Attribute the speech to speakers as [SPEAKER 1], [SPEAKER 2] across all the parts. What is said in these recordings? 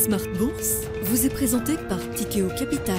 [SPEAKER 1] Smart Bourse vous est présenté par Tikeo Capital.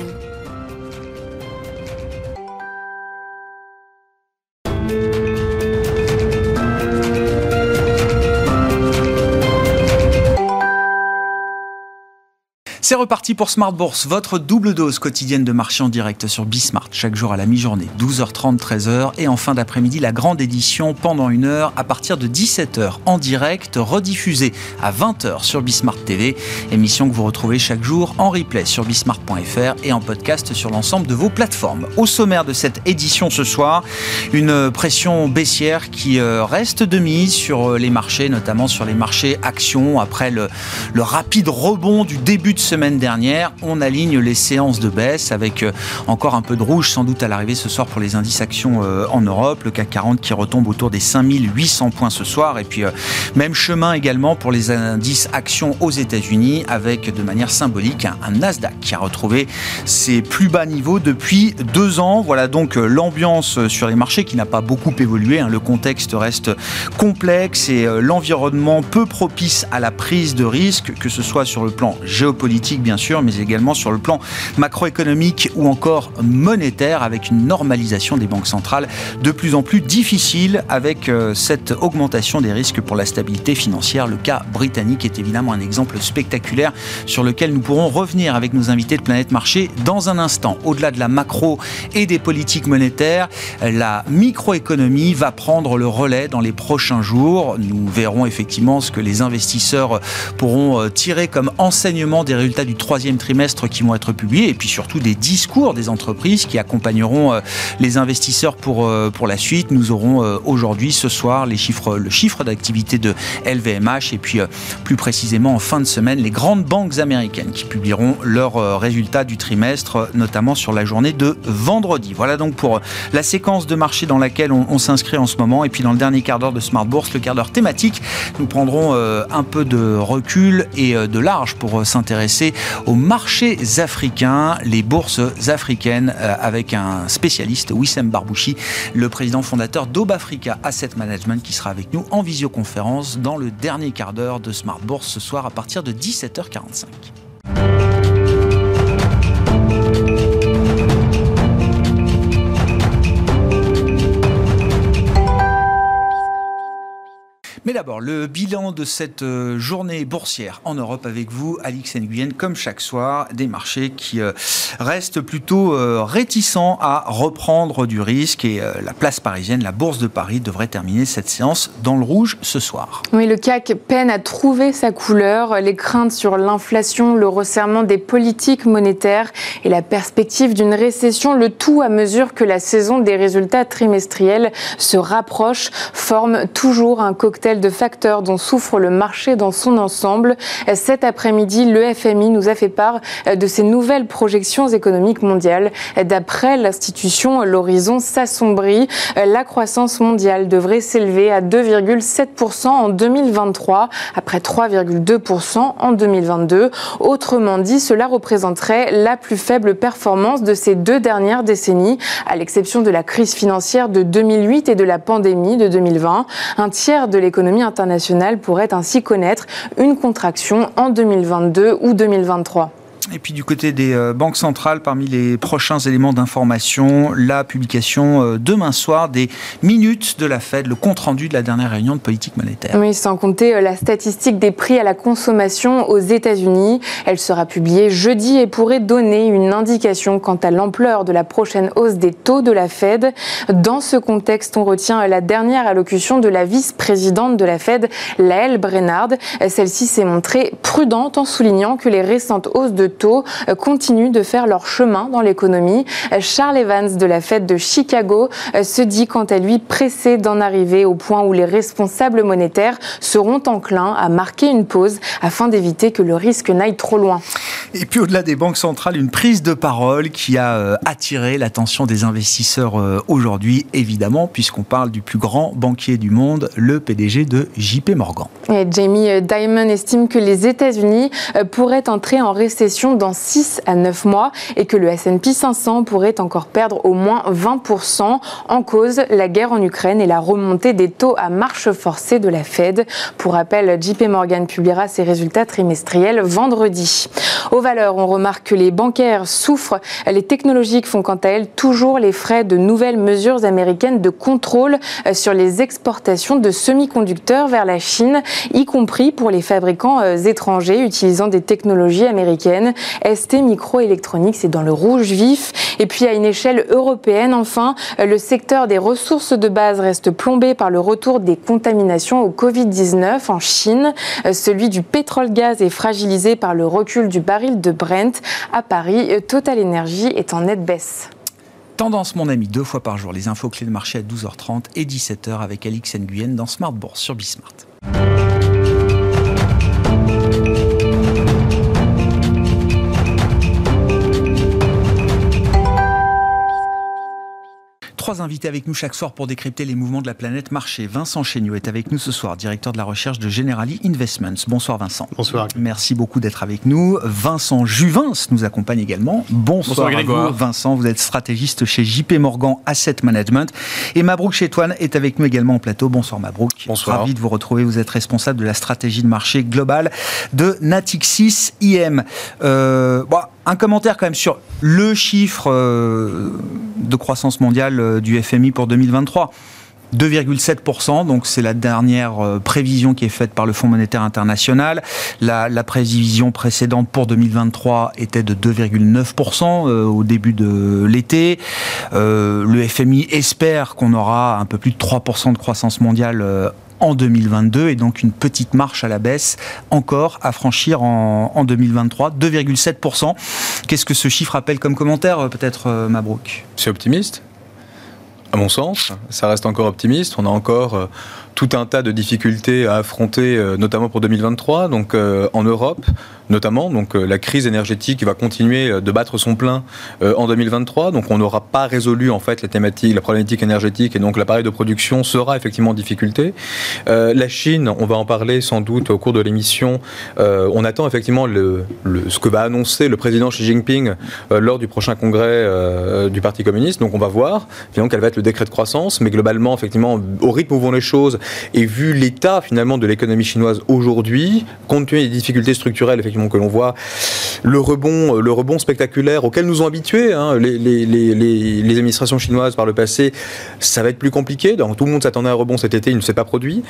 [SPEAKER 2] C'est reparti pour Smart Bourse, votre double dose quotidienne de marché en direct sur Bismart, chaque jour à la mi-journée, 12h30, 13h, et en fin d'après-midi, la grande édition pendant 1 heure à partir de 17h en direct, rediffusée à 20h sur Bismart TV, émission que vous retrouvez chaque jour en replay sur bismart.fr et en podcast sur l'ensemble de vos plateformes. Au sommaire de cette édition ce soir, une pression baissière qui reste de mise sur les marchés, notamment sur les marchés actions, après le rapide rebond du début de semaine dernière. On aligne les séances de baisse avec encore un peu de rouge sans doute à l'arrivée ce soir pour les indices actions en Europe, le CAC 40 qui retombe autour des 5800 points ce soir, et puis même chemin également pour les indices actions aux États-Unis avec de manière symbolique un Nasdaq qui a retrouvé ses plus bas niveaux depuis 2 ans. Voilà donc l'ambiance sur les marchés qui n'a pas beaucoup évolué, le contexte reste complexe et l'environnement peu propice à la prise de risque, que ce soit sur le plan géopolitique bien sûr, mais également sur le plan macroéconomique ou encore monétaire, avec une normalisation des banques centrales de plus en plus difficile avec cette augmentation des risques pour la stabilité financière. Le cas britannique est évidemment un exemple spectaculaire sur lequel nous pourrons revenir avec nos invités de Planète Marché dans un instant. Au-delà de la macro et des politiques monétaires, la microéconomie va prendre le relais dans les prochains jours. Nous verrons effectivement ce que les investisseurs pourront tirer comme enseignement des résultats du 3e trimestre qui vont être publiés, et puis surtout des discours des entreprises qui accompagneront les investisseurs pour la suite. Nous aurons aujourd'hui, ce soir, le chiffre d'activité de LVMH, et puis plus précisément en fin de semaine, les grandes banques américaines qui publieront leurs résultats du trimestre, notamment sur la journée de vendredi. Voilà donc pour la séquence de marché dans laquelle on s'inscrit en ce moment. Et puis dans le dernier quart d'heure de Smart Bourse, le quart d'heure thématique, nous prendrons un peu de recul et de large pour s'intéresser aux marchés africains, les bourses africaines, avec un spécialiste, Wissem Barbouchi, le président fondateur d'Aube Africa Asset Management, qui sera avec nous en visioconférence dans le dernier quart d'heure de Smart Bourse ce soir à partir de 17h45. Mais d'abord, le bilan de cette journée boursière en Europe avec vous, Alix Nguyen, comme chaque soir, des marchés qui restent plutôt réticents à reprendre du risque, et la place parisienne, la Bourse de Paris, devrait terminer cette séance dans le rouge ce soir.
[SPEAKER 3] Oui, le CAC peine à trouver sa couleur. Les craintes sur l'inflation, le resserrement des politiques monétaires et la perspective d'une récession, le tout à mesure que la saison des résultats trimestriels se rapproche, forment toujours un cocktail de facteurs dont souffre le marché dans son ensemble. Cet après-midi, le FMI nous a fait part de ses nouvelles projections économiques mondiales. D'après l'institution, l'horizon s'assombrit. La croissance mondiale devrait s'élever à 2,7% en 2023, après 3,2% en 2022. Autrement dit, cela représenterait la plus faible performance de ces 2 dernières décennies, à l'exception de la crise financière de 2008 et de la pandémie de 2020. Un tiers de l'économie internationale pourrait ainsi connaître une contraction en 2022 ou 2023.
[SPEAKER 2] Et puis du côté des banques centrales, parmi les prochains éléments d'information, la publication demain soir des minutes de la Fed, le compte-rendu de la dernière réunion de politique monétaire.
[SPEAKER 3] Oui, sans compter la statistique des prix à la consommation aux États-Unis. Elle sera publiée jeudi et pourrait donner une indication quant à l'ampleur de la prochaine hausse des taux de la Fed. Dans ce contexte, on retient la dernière allocution de la vice-présidente de la Fed, Lael Brainard. Celle-ci s'est montrée prudente en soulignant que les récentes hausses de taux continuent de faire leur chemin dans l'économie. Charles Evans de la Fed de Chicago se dit quant à lui pressé d'en arriver au point où les responsables monétaires seront enclins à marquer une pause afin d'éviter que le risque n'aille trop loin.
[SPEAKER 2] Et puis au-delà des banques centrales, une prise de parole qui a attiré l'attention des investisseurs aujourd'hui, évidemment, puisqu'on parle du plus grand banquier du monde, le PDG de JP Morgan.
[SPEAKER 3] Et Jamie Dimon estime que les États-Unis pourraient entrer en récession dans 6 à 9 mois et que le S&P 500 pourrait encore perdre au moins 20%. En cause, la guerre en Ukraine et la remontée des taux à marche forcée de la Fed. Pour rappel, JP Morgan publiera ses résultats trimestriels vendredi. Aux valeurs, on remarque que les bancaires souffrent. Les technologiques font quant à elles toujours les frais de nouvelles mesures américaines de contrôle sur les exportations de semi-conducteurs vers la Chine, y compris pour les fabricants étrangers utilisant des technologies américaines. ST Microelectronics est dans le rouge vif. Et puis à une échelle européenne, enfin, le secteur des ressources de base reste plombé par le retour des contaminations au Covid-19 en Chine. Celui du pétrole-gaz est fragilisé par le recul du baril de Brent. À Paris, Total Energy est en nette baisse.
[SPEAKER 2] Tendance, mon ami, 2 fois par jour. Les infos clés de marché à 12h30 et 17h avec Alix Nguyen dans Smart Bourse sur Bismart. Trois invités avec nous chaque soir pour décrypter les mouvements de la planète marché. Vincent Chéniaud est avec nous ce soir, directeur de la recherche de Generali Investments. Bonsoir Vincent.
[SPEAKER 4] Bonsoir.
[SPEAKER 2] Merci beaucoup d'être avec nous. Vincent Juvin nous accompagne également. Bonsoir à vous, Vincent. Vous êtes stratégiste chez JP Morgan Asset Management. Et Mabrouk Chetouane est avec nous également en plateau. Bonsoir Mabrouk.
[SPEAKER 4] Bonsoir.
[SPEAKER 2] Ravi de vous retrouver. Vous êtes responsable de la stratégie de marché globale de Natixis IM. Un commentaire quand même sur le chiffre de croissance mondiale du FMI pour 2023. 2,7%, donc c'est la dernière prévision qui est faite par le Fonds monétaire international. La prévision précédente pour 2023 était de 2,9% au début de l'été. Le FMI espère qu'on aura un peu plus de 3% de croissance mondiale en 2022 et donc une petite marche à la baisse encore à franchir en 2023, 2,7%. Qu'est-ce que ce chiffre appelle comme commentaire peut-être Mabrouk ?
[SPEAKER 4] C'est optimiste. À mon sens, ça reste encore optimiste. On a encore tout un tas de difficultés à affronter, notamment pour 2023. Donc en Europe, notamment, donc la crise énergétique va continuer de battre son plein en 2023. Donc on n'aura pas résolu en fait la problématique énergétique et donc l'appareil de production sera effectivement en difficulté. La Chine, on va en parler sans doute au cours de l'émission. On attend effectivement ce que va annoncer le président Xi Jinping lors du prochain congrès du Parti communiste. Donc on va voir finalement quel va être le décret de croissance, mais globalement effectivement au rythme où vont les choses et vu l'état finalement de l'économie chinoise aujourd'hui, compte tenu des difficultés structurelles effectivement que l'on voit, le rebond spectaculaire auquel nous ont habitués les administrations chinoises par le passé, ça va être plus compliqué. Donc tout le monde s'attendait à un rebond cet été, il ne s'est pas produit.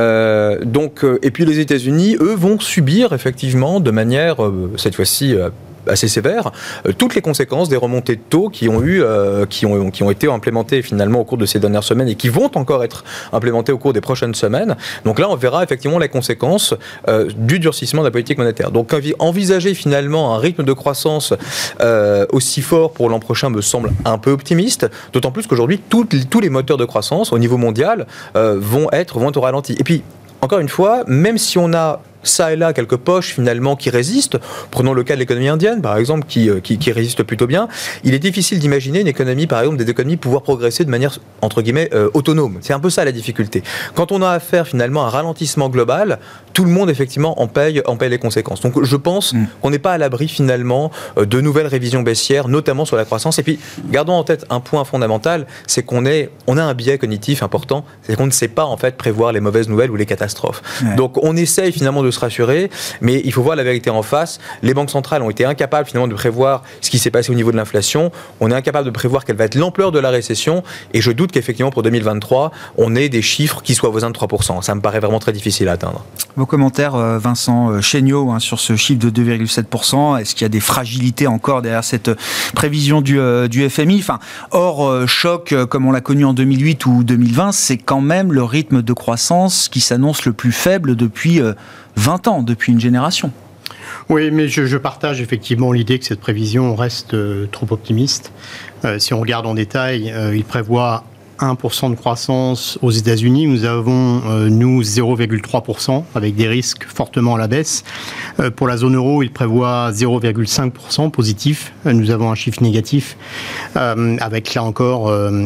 [SPEAKER 4] Et puis les États-Unis, eux, vont subir effectivement de manière cette fois-ci assez sévère, toutes les conséquences des remontées de taux qui ont été implémentées finalement au cours de ces dernières semaines et qui vont encore être implémentées au cours des prochaines semaines. Donc là, on verra effectivement les conséquences du durcissement de la politique monétaire. Donc envisager finalement un rythme de croissance aussi fort pour l'an prochain me semble un peu optimiste, d'autant plus qu'aujourd'hui, tous les moteurs de croissance au niveau mondial vont être au ralenti. Et puis, encore une fois, même si on a ça et là quelques poches finalement qui résistent, prenons le cas de l'économie indienne par exemple qui résiste plutôt bien, il est difficile d'imaginer une économie par exemple des économies pouvoir progresser de manière entre guillemets autonome. C'est un peu ça la difficulté. Quand on a affaire finalement à un ralentissement global, tout le monde effectivement en paye les conséquences. Donc je pense qu'on n'est pas à l'abri finalement de nouvelles révisions baissières, notamment sur la croissance. Et puis gardons en tête un point fondamental, c'est qu'on a un biais cognitif important, c'est qu'on ne sait pas en fait prévoir les mauvaises nouvelles ou les catastrophes. Ouais. Donc on essaye finalement de se rassurer, mais il faut voir la vérité en face. Les banques centrales ont été incapables finalement de prévoir ce qui s'est passé au niveau de l'inflation. On est incapable de prévoir quelle va être l'ampleur de la récession, et je doute qu'effectivement pour 2023, on ait des chiffres qui soient voisins de 3%. Ça me paraît vraiment très difficile à atteindre.
[SPEAKER 2] Vos commentaires, Vincent Chéniaud, sur ce chiffre de 2,7%. Est-ce qu'il y a des fragilités encore derrière cette prévision du FMI ? Hors choc, comme on l'a connu en 2008 ou 2020, c'est quand même le rythme de croissance qui s'annonce le plus faible depuis 20 ans, depuis une génération.
[SPEAKER 5] Oui, mais je partage effectivement l'idée que cette prévision reste trop optimiste. Si on regarde en détail, il prévoit 1% de croissance aux États-Unis. Nous avons, nous, 0,3%, avec des risques fortement à la baisse. Pour la zone euro, il prévoit 0,5% positif. Nous avons un chiffre négatif, avec là encore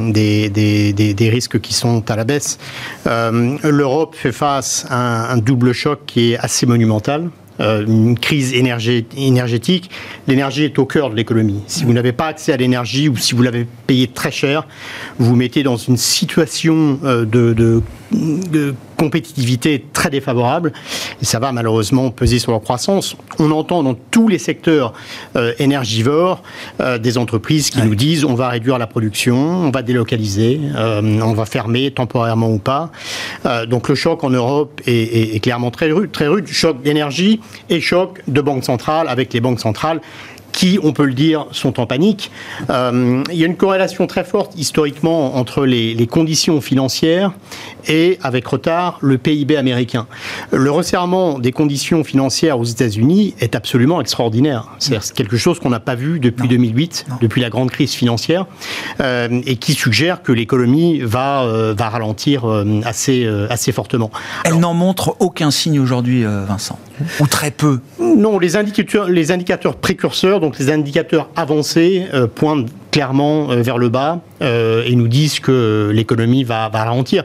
[SPEAKER 5] des risques qui sont à la baisse. L'Europe fait face à un double choc qui est assez monumental. Une crise énergétique. L'énergie est au cœur de l'économie. Si vous n'avez pas accès à l'énergie ou si vous l'avez payé très cher, vous vous mettez dans une situation de compétitivité très défavorable et ça va malheureusement peser sur leur croissance. On entend dans tous les secteurs énergivores des entreprises qui nous disent on va réduire la production, on va délocaliser, on va fermer temporairement ou pas. Donc le choc en Europe est clairement très rude. Choc d'énergie et choc de banque centrale avec les banques centrales qui, on peut le dire, sont en panique. Il y a une corrélation très forte historiquement entre les conditions financières et, avec retard, le PIB américain. Le resserrement des conditions financières aux États-Unis est absolument extraordinaire. C'est quelque chose qu'on n'a pas vu depuis 2008, depuis la grande crise financière, et qui suggère que l'économie va ralentir assez fortement.
[SPEAKER 2] Elle n'en montre aucun signe aujourd'hui, Vincent, ou très peu.
[SPEAKER 5] Non, les indicateurs précurseurs, donc les indicateurs avancés, pointent clairement vers le bas et nous disent que l'économie va ralentir.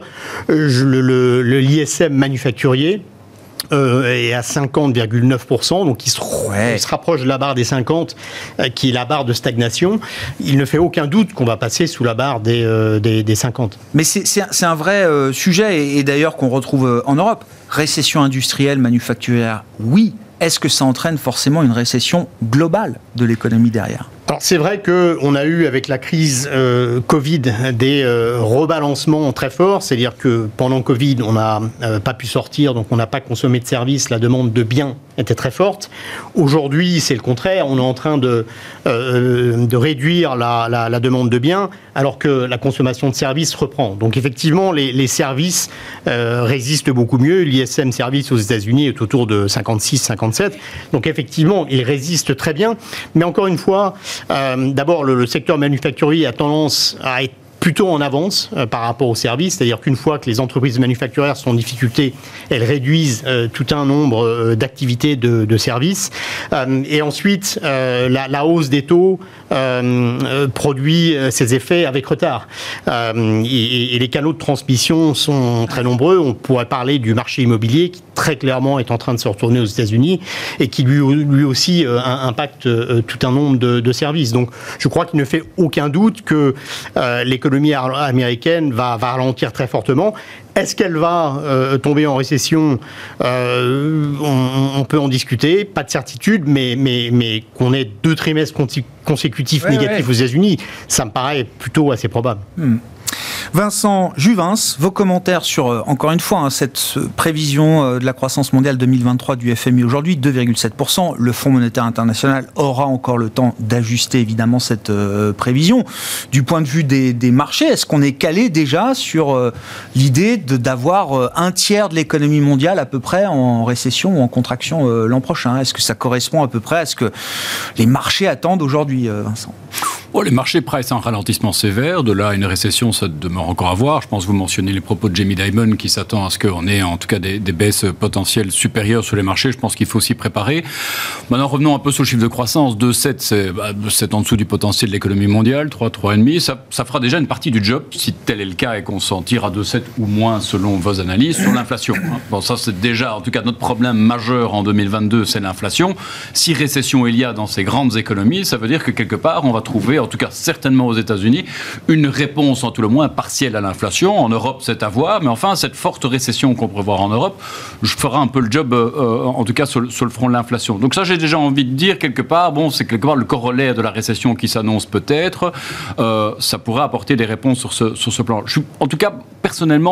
[SPEAKER 5] L'ISM manufacturier est à 50,9%, donc il se rapproche de la barre des 50, qui est la barre de stagnation. Il ne fait aucun doute qu'on va passer sous la barre des 50.
[SPEAKER 2] Mais c'est un vrai sujet, et d'ailleurs qu'on retrouve en Europe. Récession industrielle, manufacturière, oui. Est-ce que ça entraîne forcément une récession globale de l'économie derrière ?
[SPEAKER 5] Alors c'est vrai qu'on a eu avec la crise Covid des rebalancements très forts, c'est-à-dire que pendant Covid on n'a pas pu sortir, donc on n'a pas consommé de services, la demande de biens était très forte. Aujourd'hui c'est le contraire, on est en train de réduire la demande de biens alors que la consommation de services reprend. Donc effectivement les services résistent beaucoup mieux, l'ISM service aux États-Unis est autour de 56-57, donc effectivement il résiste très bien, mais encore une fois, d'abord, le secteur manufacturier a tendance à être plutôt en avance par rapport aux services, c'est-à-dire qu'une fois que les entreprises manufacturières sont en difficulté, elles réduisent tout un nombre d'activités de services. Et ensuite, la hausse des taux produit ses effets avec retard. Et les canaux de transmission sont très nombreux. On pourrait parler du marché immobilier qui très clairement est en train de se retourner aux États-Unis et qui lui aussi impacte tout un nombre de services. Donc je crois qu'il ne fait aucun doute que l'économie américaine va ralentir très fortement. Est-ce qu'elle va tomber en récession ? On peut en discuter, pas de certitude, mais qu'on ait 2 trimestres consécutifs négatifs aux États-Unis, ça me paraît plutôt assez probable.
[SPEAKER 2] Vincent Juvins, vos commentaires sur, encore une fois, cette prévision de la croissance mondiale 2023 du FMI aujourd'hui, 2,7%. Le Fonds monétaire international aura encore le temps d'ajuster évidemment cette prévision. Du point de vue des marchés, est-ce qu'on est calé déjà sur l'idée d'avoir un tiers de l'économie mondiale à peu près en récession ou en contraction l'an prochain ? Est-ce que ça correspond à peu près à ce que les marchés attendent aujourd'hui, Vincent ?
[SPEAKER 6] Les marchés pressent un ralentissement sévère. De là à une récession, ça demeure encore à voir. Je pense que vous mentionnez les propos de Jamie Dimon qui s'attend à ce qu'on ait en tout cas des baisses potentielles supérieures sur les marchés. Je pense qu'il faut s'y préparer. Maintenant, revenons un peu sur le chiffre de croissance. 2,7, c'est en dessous du potentiel de l'économie mondiale. 3, 3,5. Ça fera déjà une partie du job, si tel est le cas et qu'on s'en tire à 2,7 ou moins selon vos analyses, sur l'inflation. Bon, ça c'est déjà, en tout cas, notre problème majeur en 2022, c'est l'inflation. Si récession il y a dans ces grandes économies, ça veut dire que quelque part, on va trouver, en tout cas certainement aux États-Unis, une réponse en tout le moins partielle à l'inflation. En Europe, c'est à voir, mais enfin, cette forte récession qu'on pourrait voir en Europe, je ferai un peu le job, en tout cas sur le front de l'inflation. Donc ça, j'ai déjà envie de dire quelque part, c'est quelque part le corollaire de la récession qui s'annonce peut-être. Ça pourrait apporter des réponses sur ce plan. Je suis, en tout cas, personnellement, pas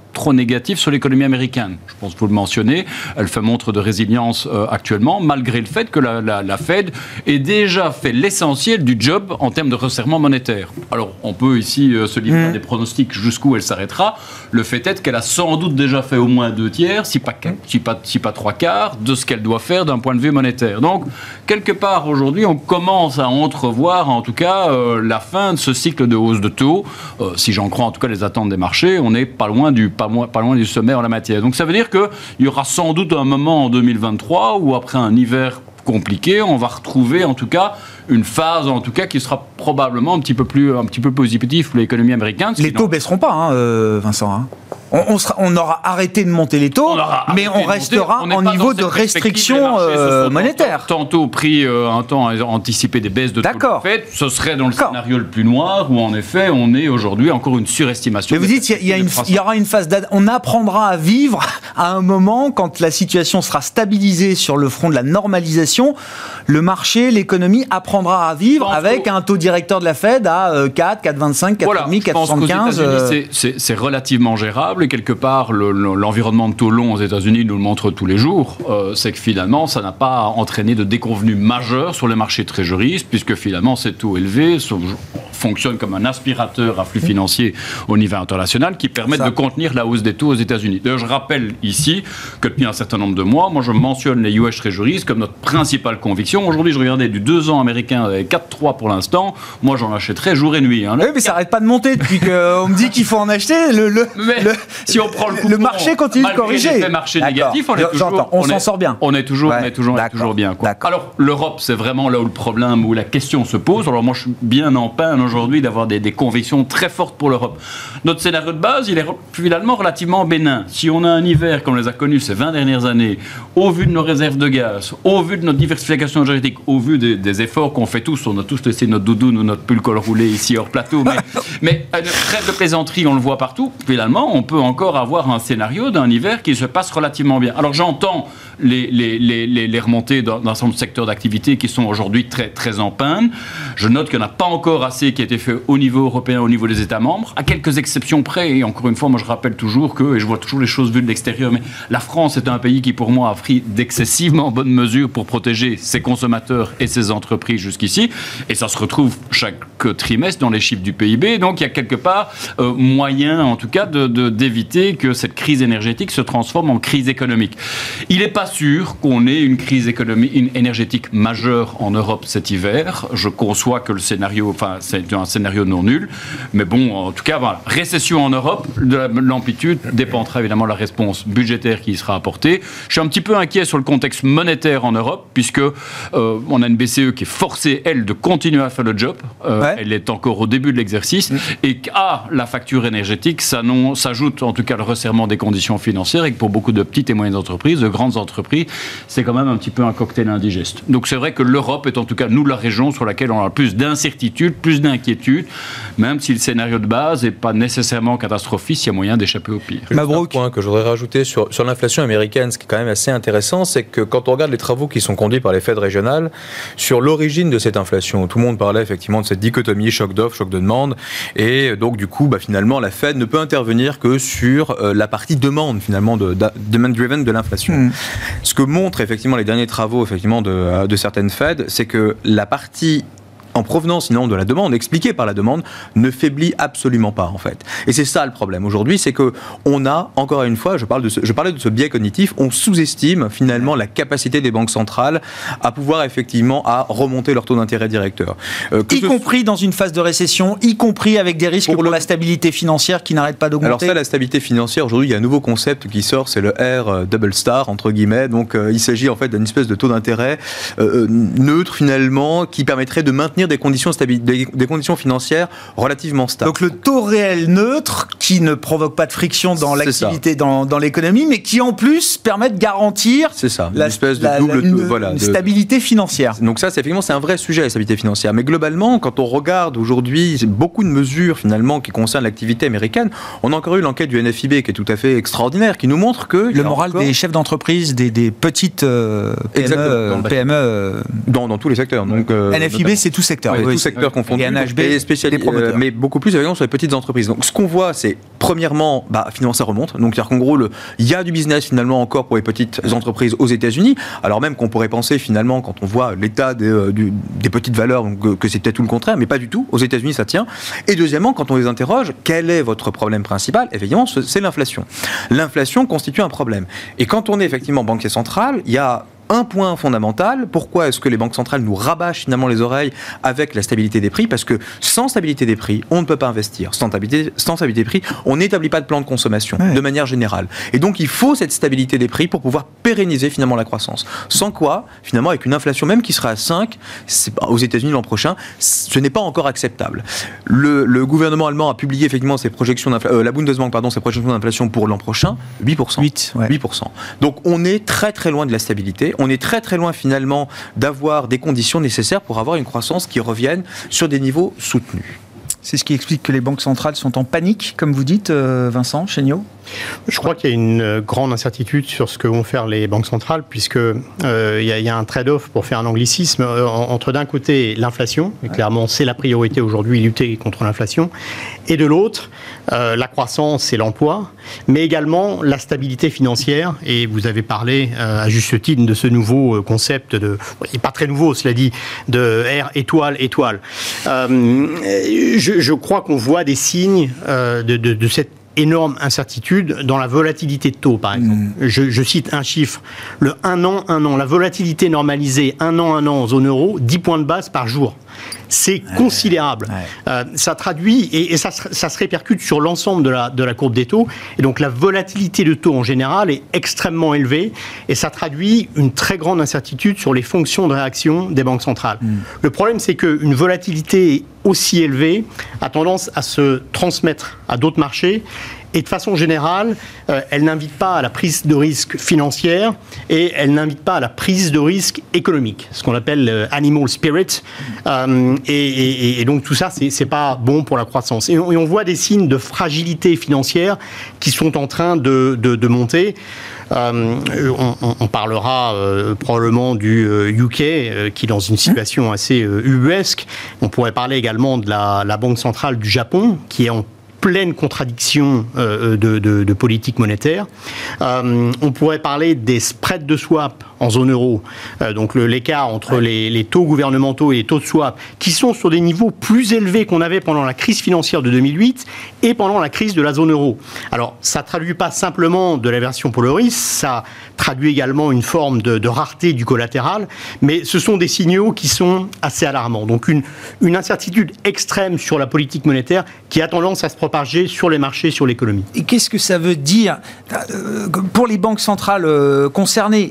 [SPEAKER 6] trop négatif sur l'économie américaine. Je pense que vous le mentionnez, elle fait montre de résilience actuellement, malgré le fait que la Fed ait déjà fait l'essentiel du job en termes de resserrement monétaire. Alors, on peut ici se livrer à des pronostics jusqu'où elle s'arrêtera. Le fait est qu'elle a sans doute déjà fait au moins 2/3, si pas 3/4, de ce qu'elle doit faire d'un point de vue monétaire. Donc, quelque part, aujourd'hui, on commence à entrevoir, en tout cas, la fin de ce cycle de hausse de taux. Si j'en crois, en tout cas, les attentes des marchés, on n'est pas loin du sommet en la matière. Donc, ça veut dire qu'il y aura sans doute un moment en 2023 où, après un hiver compliqué, on va retrouver, en tout cas, une phase, en tout cas, qui sera probablement un petit peu plus positive pour l'économie américaine.
[SPEAKER 2] Les taux baisseront pas, Vincent. On aura arrêté de monter les taux, mais on restera en niveau de restriction monétaire.
[SPEAKER 6] Tantôt pris un temps à anticiper des baisses de taux. Ce serait dans le scénario le plus noir, où en effet, on est aujourd'hui encore une surestimation.
[SPEAKER 2] Mais vous dites qu'il y aura une phase on apprendra à vivre à un moment, quand la situation sera stabilisée sur le front de la normalisation, le marché, l'économie apprendra à vivre avec un taux directeur de la Fed à 4, 4,25, 4,5, 4,75.
[SPEAKER 6] C'est relativement gérable. Et quelque part, l'environnement de taux long aux États-Unis nous le montre tous les jours. C'est que finalement, ça n'a pas entraîné de déconvenues majeures sur les marchés trésoristes, puisque finalement, ces taux élevés fonctionnent comme un aspirateur à flux financiers au niveau international qui permettent de contenir la hausse des taux aux États-Unis. D'ailleurs, je rappelle ici que depuis un certain nombre de mois, moi, je mentionne les US Treasuries comme notre principale conviction. Aujourd'hui, je regardais du 2 ans américain avec 4,3 pour l'instant. Moi, j'en achèterais jour et nuit.
[SPEAKER 2] Oui, mais ça n'arrête pas de monter depuis qu'on me dit qu'il faut en acheter.
[SPEAKER 6] Si on prend
[SPEAKER 2] le marché continue de corriger.
[SPEAKER 6] Le marché négatif,
[SPEAKER 2] on s'en sort bien.
[SPEAKER 6] On est toujours bien. Alors, l'Europe, c'est vraiment là où le problème, où la question se pose. Alors, moi, je suis bien en peine aujourd'hui d'avoir des convictions très fortes pour l'Europe. Notre scénario de base, il est finalement relativement bénin. Si on a un hiver comme on les a connus ces 20 dernières années, au vu de nos réserves de gaz, au vu de notre diversification énergétique, au vu des efforts qu'on fait tous, on a tous laissé notre doudoune ou notre pull col roulé ici hors plateau, mais trêve de plaisanterie, on le voit partout. Finalement, on peut encore avoir un scénario d'un hiver qui se passe relativement bien. Alors j'entends les remontées dans un certain nombre de secteurs d'activité qui sont aujourd'hui très, très en panne. Je note qu'il n'y en a pas encore assez qui a été fait au niveau européen, au niveau des États membres, à quelques exceptions près. Et encore une fois, moi je rappelle toujours que, et je vois toujours les choses vues de l'extérieur, mais la France est un pays qui pour moi a pris d'excessivement bonnes mesures pour protéger ses consommateurs et ses entreprises jusqu'ici. Et ça se retrouve chaque trimestre dans les chiffres du PIB. Donc il y a quelque part moyen, en tout cas, d'éviter que cette crise énergétique se transforme en crise économique. Il n'est pas sûr qu'on ait une crise énergétique majeure en Europe cet hiver. Je conçois que le scénario, c'est un scénario non nul. Mais bon, en tout cas, voilà. Récession en Europe, l'amplitude dépendra évidemment de la réponse budgétaire qui y sera apportée. Je suis un petit peu inquiet sur le contexte monétaire en Europe, puisque on a une BCE qui est forcée, elle, de continuer à faire le job. Elle est encore au début de l'exercice. Et qu'à la facture énergétique, s'ajoute en tout cas le resserrement des conditions financières, et que pour beaucoup de petites et moyennes entreprises, de grandes entreprises, c'est quand même un petit peu un cocktail indigeste. Donc c'est vrai que l'Europe est en tout cas, nous, la région sur laquelle on a plus d'incertitudes, plus d'inquiétudes, même si le scénario de base n'est pas nécessairement catastrophiste, il y a moyen d'échapper au pire.
[SPEAKER 4] Un point que je voudrais rajouter sur l'inflation américaine, ce qui est quand même assez intéressant, c'est que quand on regarde les travaux qui sont conduits par les Fed régionales sur l'origine de cette inflation, tout le monde parlait effectivement de cette dichotomie choc d'offre, choc de demande, et donc du coup, finalement, la Fed ne peut intervenir que sur la partie demande, finalement, demand-driven de l'inflation. Ce que montrent effectivement les derniers travaux effectivement de certaines Fed, c'est que la partie en provenance sinon de la demande, expliquée par la demande, ne faiblit absolument pas en fait. Et c'est ça le problème aujourd'hui, c'est que on a, encore une fois, je parlais de ce biais cognitif, on sous-estime finalement la capacité des banques centrales à pouvoir effectivement à remonter leur taux d'intérêt directeur.
[SPEAKER 2] Y compris dans une phase de récession, y compris avec des risques pour la stabilité financière qui n'arrête pas d'augmenter.
[SPEAKER 4] Alors ça, la stabilité financière, aujourd'hui, il y a un nouveau concept qui sort, c'est le R double star, entre guillemets. Donc il s'agit en fait d'une espèce de taux d'intérêt neutre finalement, qui permettrait de maintenir des conditions financières relativement stables.
[SPEAKER 2] Donc le taux réel neutre qui ne provoque pas de friction dans l'activité, dans l'économie, mais qui en plus permet de garantir une stabilité financière.
[SPEAKER 4] Donc ça, c'est un vrai sujet, la stabilité financière. Mais globalement, quand on regarde aujourd'hui beaucoup de mesures finalement qui concernent l'activité américaine, on a encore eu l'enquête du NFIB qui est tout à fait extraordinaire, qui nous montre que
[SPEAKER 2] le moral des chefs d'entreprise, des petites PME,
[SPEAKER 4] dans tous les secteurs. Donc,
[SPEAKER 2] NFIB, c'est tout secteur.
[SPEAKER 4] Tout secteur confondu.
[SPEAKER 2] Et NHB,
[SPEAKER 4] mais beaucoup plus évidemment sur les petites entreprises. Donc ce qu'on voit, c'est premièrement, finalement ça remonte. Donc c'est-à-dire qu'en gros, il y a du business finalement encore pour les petites entreprises aux États-Unis. Alors même qu'on pourrait penser finalement, quand on voit l'état des petites valeurs, donc, que c'est peut-être tout le contraire, mais pas du tout. Aux États-Unis, ça tient. Et deuxièmement, quand on les interroge, quel est votre problème principal ? Évidemment, c'est l'inflation. L'inflation constitue un problème. Et quand on est effectivement banquier central, il y a un point fondamental. Pourquoi est-ce que les banques centrales nous rabâchent finalement les oreilles avec la stabilité des prix ? Parce que sans stabilité des prix, on ne peut pas investir. Sans stabilité des prix, on n'établit pas de plan de consommation de manière générale. Et donc, il faut cette stabilité des prix pour pouvoir pérenniser finalement la croissance. Sans quoi, finalement, avec une inflation même qui sera à 5, aux États-Unis l'an prochain, ce n'est pas encore acceptable. Le gouvernement allemand a publié effectivement ses projections d'inflation, la Bundesbank, ses projections d'inflation pour l'an prochain, 8%. 8%. Donc, on est très très loin de la stabilité. On est très très loin finalement d'avoir des conditions nécessaires pour avoir une croissance qui revienne sur des niveaux soutenus.
[SPEAKER 2] C'est ce qui explique que les banques centrales sont en panique, comme vous dites, Vincent Chéniaud ?
[SPEAKER 5] Je crois qu'il y a une grande incertitude sur ce que vont faire les banques centrales, puisque il y a un trade-off, pour faire un anglicisme, entre d'un côté l'inflation, et clairement c'est la priorité aujourd'hui, lutter contre l'inflation, et de l'autre, la croissance et l'emploi, mais également la stabilité financière. Et vous avez parlé à juste titre de ce nouveau concept, il n'est pas très nouveau cela dit, de R étoile. Je crois qu'on voit des signes de cette énorme incertitude dans la volatilité de taux, par exemple. Je cite un chiffre. Le 1 an, la volatilité normalisée 1 an en zone euro, 10 points de base par jour. C'est considérable. Ça traduit, et ça se répercute sur l'ensemble de la courbe des taux. Et donc la volatilité de taux en général est extrêmement élevée, et ça traduit une très grande incertitude sur les fonctions de réaction des banques centrales. Le problème, c'est qu'une volatilité aussi élevée a tendance à se transmettre à d'autres marchés. Et de façon générale, elle n'invite pas à la prise de risque financière et elle n'invite pas à la prise de risque économique, ce qu'on appelle animal spirit. Et donc tout ça, c'est pas bon pour la croissance. Et on voit des signes de fragilité financière qui sont en train de monter. On parlera probablement du UK qui est dans une situation assez ubuesque. On pourrait parler également de la Banque centrale du Japon qui est en pleine contradiction de politique monétaire. On pourrait parler des spreads de swap en zone euro, donc l'écart entre les taux gouvernementaux et les taux de swap, qui sont sur des niveaux plus élevés qu'on avait pendant la crise financière de 2008 et pendant la crise de la zone euro. Alors, ça ne traduit pas simplement de l'aversion pour le risque, ça traduit également une forme de rareté du collatéral, mais ce sont des signaux qui sont assez alarmants. Donc, une incertitude extrême sur la politique monétaire qui a tendance à se propager sur les marchés, sur l'économie.
[SPEAKER 2] Et qu'est-ce que ça veut dire pour les banques centrales concernées ?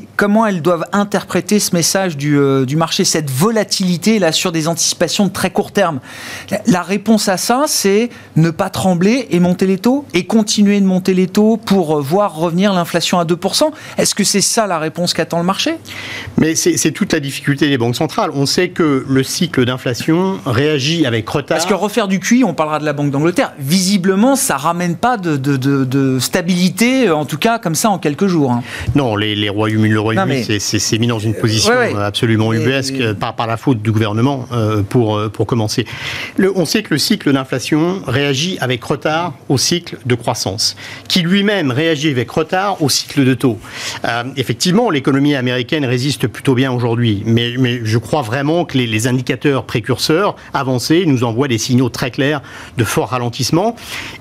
[SPEAKER 2] Comment elles doivent interpréter ce message du marché, cette volatilité là sur des anticipations de très court terme ? La réponse à ça, c'est ne pas trembler et monter les taux et continuer de monter les taux pour voir revenir l'inflation à 2%. Est-ce que c'est ça la réponse qu'attend le marché ?
[SPEAKER 5] Mais c'est toute la difficulté des banques centrales. On sait que le cycle d'inflation réagit avec retard.
[SPEAKER 2] Parce que refaire du QI, on parlera de la Banque d'Angleterre, visiblement ça ramène pas de stabilité, en tout cas comme ça en quelques jours. Hein.
[SPEAKER 5] Non, le Royaume-Uni s'est mis dans une position absolument ubuesque par la faute du gouvernement pour commencer. On sait que le cycle d'inflation réagit avec retard au cycle de croissance, qui lui-même réagit avec retard au cycle de taux. Effectivement, l'économie américaine résiste plutôt bien aujourd'hui, mais je crois vraiment que les indicateurs précurseurs avancés nous envoient des signaux très clairs de fort ralentissement.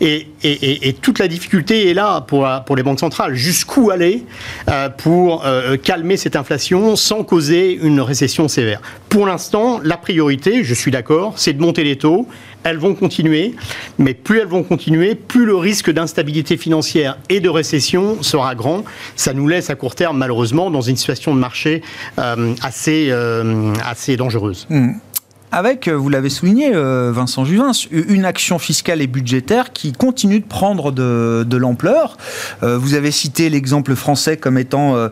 [SPEAKER 5] Et toute la difficulté est là pour les banques centrales. Jusqu'où aller pour calmer cette inflation sans causer une récession sévère ? Pour l'instant, la priorité, je suis d'accord, c'est de monter les taux. Elles vont continuer, mais plus elles vont continuer, plus le risque d'instabilité financière et de récession sera grand. Ça nous laisse à court terme, malheureusement, dans une situation de marché assez dangereuse.
[SPEAKER 2] Avec, vous l'avez souligné, Vincent Juvin, une action fiscale et budgétaire qui continue de prendre de l'ampleur. Vous avez cité l'exemple français comme étant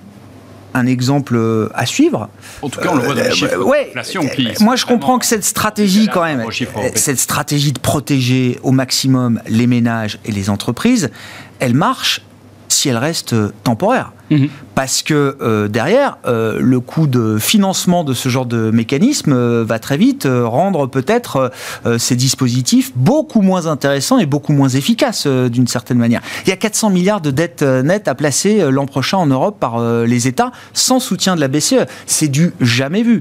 [SPEAKER 2] un exemple à suivre.
[SPEAKER 6] En tout cas, on le voit dans les chiffres d'inflation.
[SPEAKER 2] Moi, je comprends que cette stratégie, quand même, cette stratégie de protéger au maximum les ménages et les entreprises, elle marche si elle reste temporaire. Parce que derrière, le coût de financement de ce genre de mécanisme va très vite rendre peut-être ces dispositifs beaucoup moins intéressants et beaucoup moins efficaces d'une certaine manière. Il y a 400 milliards de dettes nettes à placer l'an prochain en Europe par les États sans soutien de la BCE. C'est du jamais vu.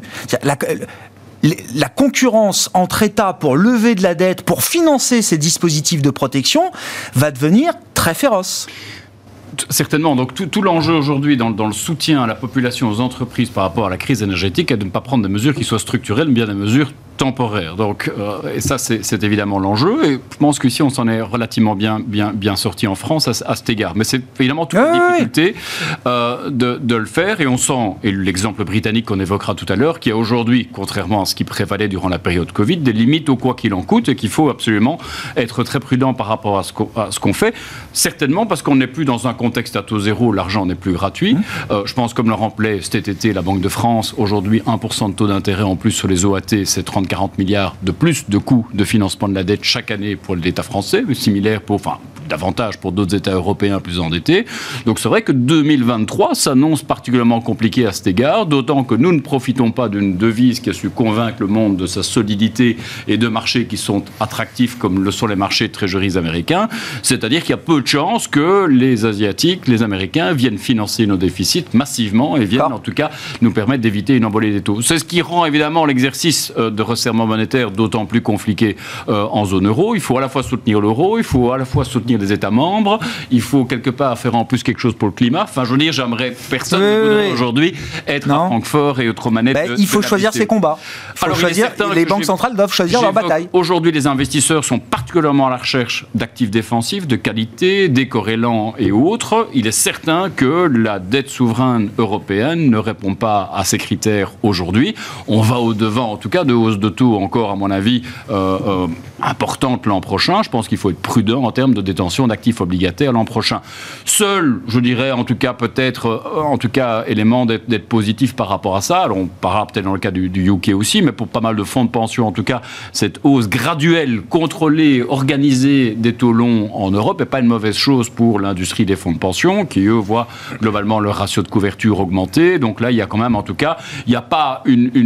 [SPEAKER 2] La concurrence entre États pour lever de la dette, pour financer ces dispositifs de protection, va devenir très féroce.
[SPEAKER 6] Certainement. Donc tout l'enjeu aujourd'hui dans le soutien à la population, aux entreprises par rapport à la crise énergétique est de ne pas prendre des mesures qui soient structurelles, mais bien des mesures temporaires. Donc, et ça, c'est évidemment l'enjeu. Et je pense qu'ici, on s'en est relativement bien sorti en France à cet égard. Mais c'est évidemment toute la difficulté de le faire. Et on sent, et l'exemple britannique qu'on évoquera tout à l'heure, qu'il y a aujourd'hui, contrairement à ce qui prévalait durant la période Covid, des limites au quoi qu'il en coûte et qu'il faut absolument être très prudent par rapport à ce qu'on fait. Certainement parce qu'on n'est plus dans un contexte à taux zéro, l'argent n'est plus gratuit. Je pense, comme le rappelait cet été la Banque de France, aujourd'hui 1% de taux d'intérêt en plus sur les OAT, c'est 30-40 milliards de plus de coûts de financement de la dette chaque année pour l'État français, mais similaire davantage pour d'autres États européens plus endettés. Donc c'est vrai que 2023 s'annonce particulièrement compliqué à cet égard, d'autant que nous ne profitons pas d'une devise qui a su convaincre le monde de sa solidité et de marchés qui sont attractifs comme le sont les marchés de trésoreries américains. C'est-à-dire qu'il y a peu de chances que les Asiatiques, les Américains viennent financer nos déficits massivement et viennent en tout cas nous permettre d'éviter une envolée des taux. C'est ce qui rend évidemment l'exercice de resserrement monétaire d'autant plus compliqué en zone euro. Il faut à la fois soutenir l'euro, il faut à la fois soutenir des États membres, il faut quelque part faire en plus quelque chose pour le climat. Enfin, je veux dire, personne ne voudrait aujourd'hui être à Francfort et autres manettes.
[SPEAKER 2] Il faut choisir ses combats. Les banques centrales doivent choisir leur bataille.
[SPEAKER 6] Aujourd'hui, les investisseurs sont particulièrement à la recherche d'actifs défensifs, de qualité, décorrélants et autres. Il est certain que la dette souveraine européenne ne répond pas à ces critères aujourd'hui. On va au-devant, en tout cas, de hausse de taux encore, à mon avis, importante l'an prochain. Je pense qu'il faut être prudent en termes de détention d'actifs obligataires l'an prochain. Seul, je dirais, en tout cas, élément d'être positif par rapport à ça. Alors, on parlera peut-être dans le cas du UK aussi, mais pour pas mal de fonds de pension, en tout cas, cette hausse graduelle, contrôlée, organisée des taux longs en Europe n'est pas une mauvaise chose pour l'industrie des fonds de pension, qui, eux, voient globalement leur ratio de couverture augmenter. Donc là, il y a quand même, en tout cas, il n'y a pas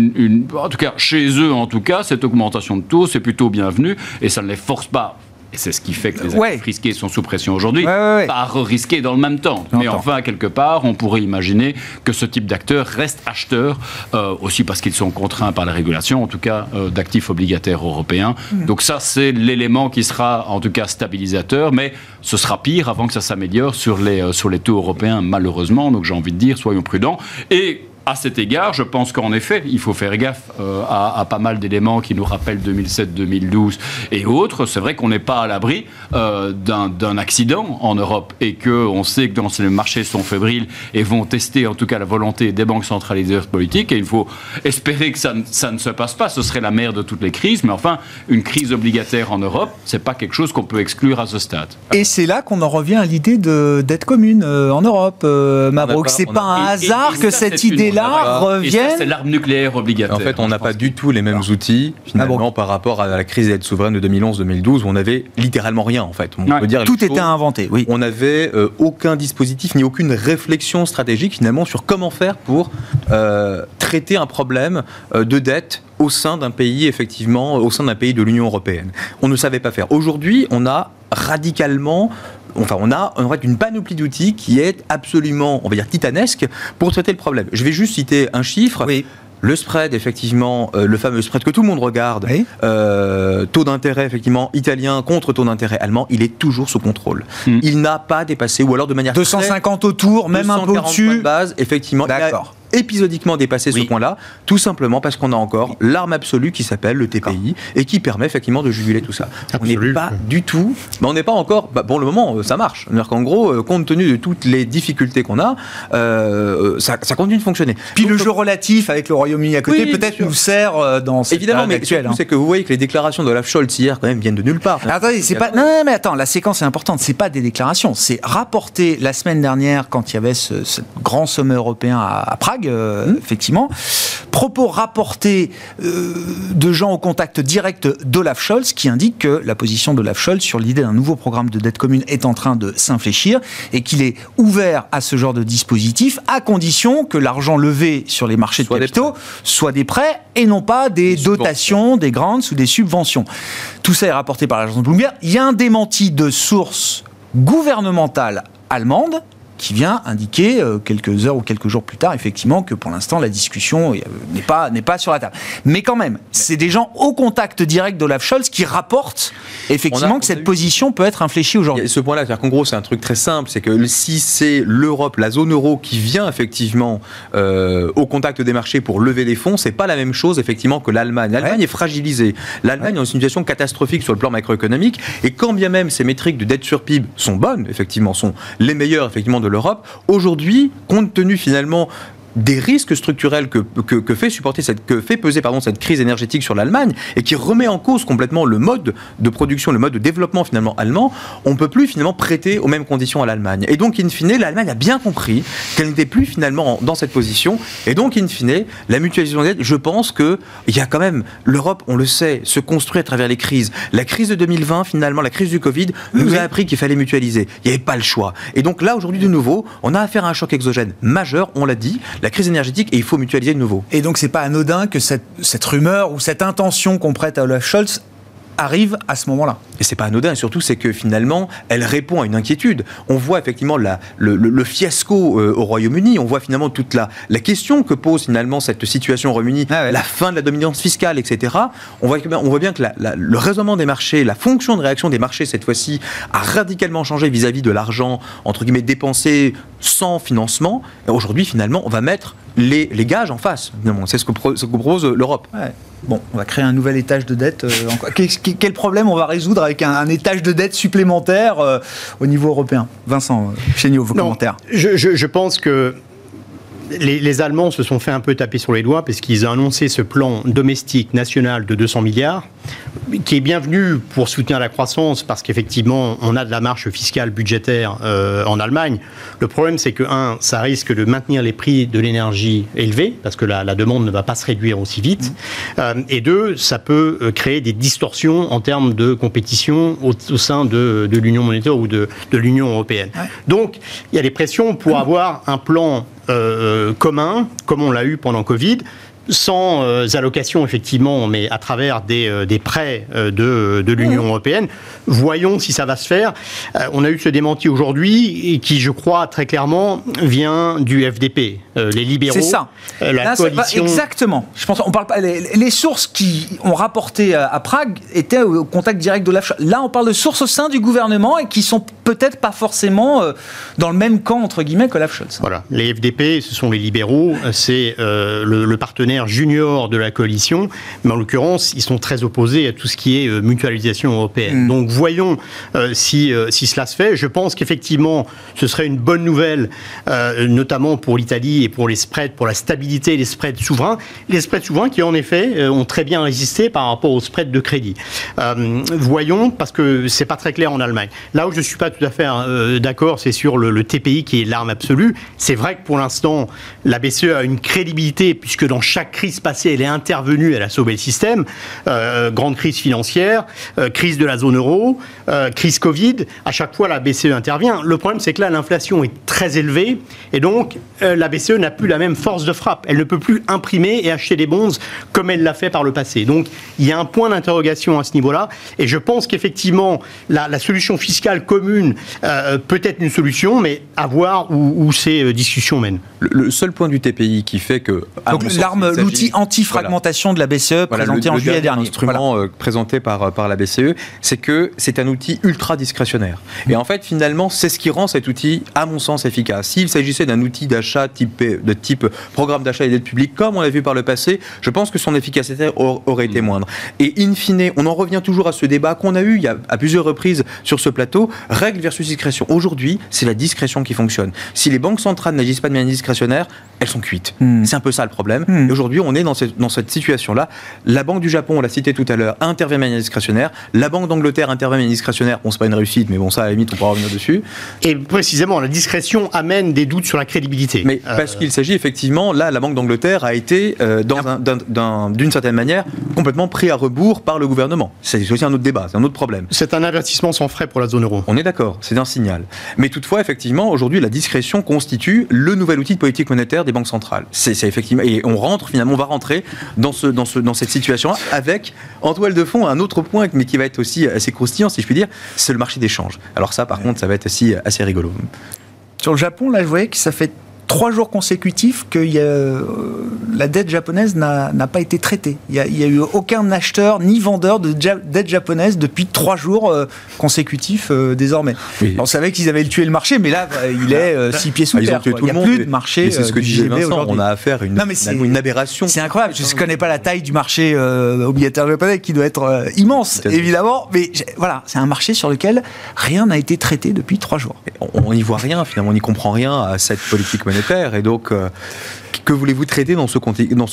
[SPEAKER 6] en tout cas, chez eux, en tout cas, cette augmentation de taux, c'est plutôt bienvenu, et ça ne les force pas. Et c'est ce qui fait que les actifs risqués sont sous pression aujourd'hui, pas risqués dans le même temps. Mais enfin, quelque part, on pourrait imaginer que ce type d'acteurs reste acheteur, aussi parce qu'ils sont contraints par la régulation, en tout cas, d'actifs obligataires européens. Donc ça, c'est l'élément qui sera, en tout cas, stabilisateur, mais ce sera pire avant que ça s'améliore sur les taux européens, malheureusement. Donc j'ai envie de dire, soyons prudents. Et à cet égard, je pense qu'en effet, il faut faire gaffe à pas mal d'éléments qui nous rappellent 2007, 2012 et autres. C'est vrai qu'on n'est pas à l'abri d'un accident en Europe et qu'on sait que les marchés sont fébriles et vont tester en tout cas la volonté des banques centralisées politiques. Et il faut espérer que ça ne se passe pas. Ce serait la mère de toutes les crises. Mais enfin, une crise obligataire en Europe, c'est pas quelque chose qu'on peut exclure à ce stade.
[SPEAKER 2] Et c'est là qu'on en revient à l'idée de dette commune en Europe, Mabrouk. C'est pas un hasard que cette idée-là revienne.
[SPEAKER 6] Et ça, c'est l'arme nucléaire obligatoire.
[SPEAKER 4] En fait, on n'a pas du tout les mêmes outils, finalement, par rapport à la crise des dettes souveraines de 2011-2012, où on avait littéralement rien, en fait. On peut dire
[SPEAKER 2] tout était à inventer, oui.
[SPEAKER 4] On n'avait aucun dispositif, ni aucune réflexion stratégique, finalement, sur comment faire pour traiter un problème de dette au sein d'un pays, effectivement, au sein d'un pays de l'Union européenne. On ne savait pas faire. Aujourd'hui, on a radicalement... Enfin, on a en fait une panoplie d'outils qui est absolument, on va dire, titanesque pour traiter le problème. Je vais juste citer un chiffre.
[SPEAKER 2] Oui.
[SPEAKER 4] Le spread, effectivement, le fameux spread que tout le monde regarde,
[SPEAKER 2] oui.
[SPEAKER 4] Taux d'intérêt, effectivement, italien contre taux d'intérêt allemand, il est toujours sous contrôle. Il n'a pas dépassé, ou alors de manière
[SPEAKER 2] 250 autour, même un peu au-dessus.
[SPEAKER 4] Points de base, effectivement.
[SPEAKER 2] D'accord.
[SPEAKER 4] Épisodiquement dépassé ce point-là, tout simplement parce qu'on a encore l'arme absolue qui s'appelle le TPI et qui permet effectivement de juguler tout ça.
[SPEAKER 5] Absolument.
[SPEAKER 4] On n'est pas du tout, on n'est pas encore, pour le moment ça marche. C'est-à-dire qu'en gros, compte tenu de toutes les difficultés qu'on a, ça continue de fonctionner.
[SPEAKER 2] Puis donc, le jeu relatif avec le Royaume-Uni à côté peut-être nous sert dans cette
[SPEAKER 4] évidemment, mais
[SPEAKER 2] actuelle.
[SPEAKER 4] C'est que vous voyez que les déclarations de Olaf Scholz hier quand même viennent de nulle part.
[SPEAKER 2] Attendez, c'est pas. Non, mais attends, la séquence est importante. C'est pas des déclarations, c'est rapporté la semaine dernière quand il y avait ce grand sommet européen à Prague. Prague, effectivement. Propos rapportés de gens au contact direct d'Olaf Scholz, qui indique que la position d'Olaf Scholz sur l'idée d'un nouveau programme de dette commune est en train de s'infléchir et qu'il est ouvert à ce genre de dispositif à condition que l'argent levé sur les marchés de capitaux soit des prêts et non pas des dotations, des grants ou des subventions. Tout ça est rapporté par l'agence Bloomberg. Il y a un démenti de source gouvernementale allemande qui vient indiquer quelques heures ou quelques jours plus tard, effectivement, que pour l'instant, la discussion n'est pas sur la table. Mais quand même, c'est des gens au contact direct d'Olaf Scholz qui rapportent effectivement que cette position peut être infléchie aujourd'hui.
[SPEAKER 4] Ce point-là, c'est-à-dire qu'en gros, c'est un truc très simple, c'est que si c'est l'Europe, la zone euro qui vient effectivement au contact des marchés pour lever des fonds, c'est pas la même chose effectivement que l'Allemagne. L'Allemagne est fragilisée. L'Allemagne est dans une situation catastrophique sur le plan macroéconomique, et quand bien même ces métriques de dette sur PIB sont bonnes, effectivement, sont les meilleures effectivement de l'Europe, aujourd'hui, compte tenu finalement des risques structurels que fait peser cette crise énergétique sur l'Allemagne et qui remet en cause complètement le mode de production, le mode de développement finalement allemand, on ne peut plus finalement prêter aux mêmes conditions à l'Allemagne. Et donc, in fine, l'Allemagne a bien compris qu'elle n'était plus finalement dans cette position. Et donc, in fine, la mutualisation des dettes, je pense qu'il y a quand même, l'Europe, on le sait, se construit à travers les crises. La crise de 2020, finalement, la crise du Covid, nous a appris qu'il fallait mutualiser. Il n'y avait pas le choix. Et donc là, aujourd'hui, de nouveau, on a affaire à un choc exogène majeur, on l'a dit, la crise énergétique, et il faut mutualiser de nouveau.
[SPEAKER 2] Et donc, c'est pas anodin que cette rumeur ou cette intention qu'on prête à Olaf Scholz arrive à ce moment-là.
[SPEAKER 4] Et c'est pas anodin, surtout c'est que finalement, elle répond à une inquiétude. On voit effectivement le fiasco au Royaume-Uni, on voit finalement toute la question que pose finalement cette situation au Royaume-Uni, la fin de la dominance fiscale, etc. On voit bien que le raisonnement des marchés, la fonction de réaction des marchés cette fois-ci a radicalement changé vis-à-vis de l'argent, entre guillemets, dépensé sans financement. Et aujourd'hui, finalement, on va mettre les gages en face. C'est ce que propose l'Europe.
[SPEAKER 2] Ouais. Bon, on va créer un nouvel étage de dette. Quel problème on va résoudre avec un étage de dette supplémentaire au niveau européen? Vincent Chéniaud, vos commentaires.
[SPEAKER 5] Je pense que les Allemands se sont fait un peu taper sur les doigts parce qu'ils ont annoncé ce plan domestique national de 200 milliards qui est bienvenu pour soutenir la croissance parce qu'effectivement on a de la marge fiscale budgétaire en Allemagne. Le problème c'est que ça risque de maintenir les prix de l'énergie élevés parce que la demande ne va pas se réduire aussi vite, et deux, ça peut créer des distorsions en termes de compétition au sein de l'Union monétaire ou de l'Union européenne. Donc il y a des pressions pour avoir un plan commun, comme on l'a eu pendant Covid, sans allocation effectivement, mais à travers des prêts de l'Union européenne. Voyons si ça va se faire. On a eu ce démenti aujourd'hui, qui, je crois, très clairement, vient du FDP, les libéraux.
[SPEAKER 2] C'est ça.
[SPEAKER 5] La coalition.
[SPEAKER 2] Exactement. Je pense, on parle pas. Les sources qui ont rapporté à Prague étaient au contact direct de l'AFCHA. Là, on parle de sources au sein du gouvernement et qui sont peut-être pas forcément dans le même camp entre guillemets que l'AFCHA.
[SPEAKER 5] Voilà. Les FDP, ce sont les libéraux. C'est le partenaire junior de la coalition, mais en l'occurrence, ils sont très opposés à tout ce qui est mutualisation européenne. Donc voyons si cela se fait. Je pense qu'effectivement, ce serait une bonne nouvelle, notamment pour l'Italie et pour les spreads, pour la stabilité des spreads souverains. Les spreads souverains qui, en effet, ont très bien résisté par rapport aux spreads de crédit. Voyons, parce que c'est pas très clair en Allemagne. Là où je suis pas tout à fait d'accord, c'est sur le TPI qui est l'arme absolue. C'est vrai que pour l'instant, la BCE a une crédibilité, puisque dans chaque crise passée, elle est intervenue, elle a sauvé le système. Grande crise financière, crise de la zone euro, crise Covid, à chaque fois la BCE intervient. Le problème, c'est que là, l'inflation est très élevée et donc la BCE n'a plus la même force de frappe. Elle ne peut plus imprimer et acheter des bonds comme elle l'a fait par le passé. Donc, il y a un point d'interrogation à ce niveau-là et je pense qu'effectivement, la solution fiscale commune peut être une solution, mais à voir où ces discussions mènent.
[SPEAKER 4] Le seul point du TPI qui fait que...
[SPEAKER 2] Donc, l'outil anti-fragmentation de la BCE présenté en juillet dernier.
[SPEAKER 4] L'instrument présenté par la BCE, c'est que c'est un outil ultra discrétionnaire. Et en fait, finalement, c'est ce qui rend cet outil, à mon sens, efficace. S'il s'agissait d'un outil d'achat de type programme d'achat et d'aide publique, comme on l'a vu par le passé, je pense que son efficacité aurait été moindre. Et in fine, on en revient toujours à ce débat qu'on a eu à plusieurs reprises sur ce plateau, règle versus discrétion. Aujourd'hui, c'est la discrétion qui fonctionne. Si les banques centrales n'agissent pas de manière discrétionnaire, elles sont cuites. C'est un peu ça le problème. Et aujourd'hui, on est dans cette situation-là. La Banque du Japon, on l'a cité tout à l'heure, intervient de manière discrétionnaire. La Banque d'Angleterre intervient de manière discrétionnaire. Bon, c'est pas une réussite, mais bon, ça, à la limite, on pourra revenir dessus.
[SPEAKER 5] Et précisément, la discrétion amène des doutes sur la crédibilité.
[SPEAKER 4] Mais parce qu'il s'agit effectivement, là, la Banque d'Angleterre a été, d'une certaine manière, complètement pris à rebours par le gouvernement. C'est aussi un autre débat, c'est un autre problème.
[SPEAKER 5] C'est un avertissement sans frais pour la zone euro.
[SPEAKER 4] On est d'accord, c'est un signal. Mais toutefois, effectivement, aujourd'hui, la discrétion constitue le nouvel outil de politique monétaire des banques centrales. C'est effectivement, et on va rentrer dans cette situation avec, en toile de fond, un autre point, mais qui va être aussi assez croustillant, si je puis dire, c'est le marché des changes. Alors ça, par contre, ça va être assez rigolo.
[SPEAKER 2] Sur le Japon, là, je voyais que ça fait 3 jours consécutifs que la dette japonaise n'a pas été traitée. Il n'y a eu aucun acheteur ni vendeur de dette japonaise depuis 3 jours consécutifs désormais. Oui. On savait qu'ils avaient tué le marché, mais là, il est 6 pieds sous terre. Il n'y a plus de marché.
[SPEAKER 4] C'est ce que disait Vincent, on a affaire à une aberration.
[SPEAKER 2] C'est incroyable. Je ne connais pas la taille du marché obligataire japonais qui doit être immense, évidemment. Mais voilà, c'est un marché sur lequel rien n'a été traité depuis 3 jours.
[SPEAKER 4] On n'y voit rien, finalement, on n'y comprend rien à cette politique monétaire. Et donc, que voulez-vous traiter dans ce contexte-là ?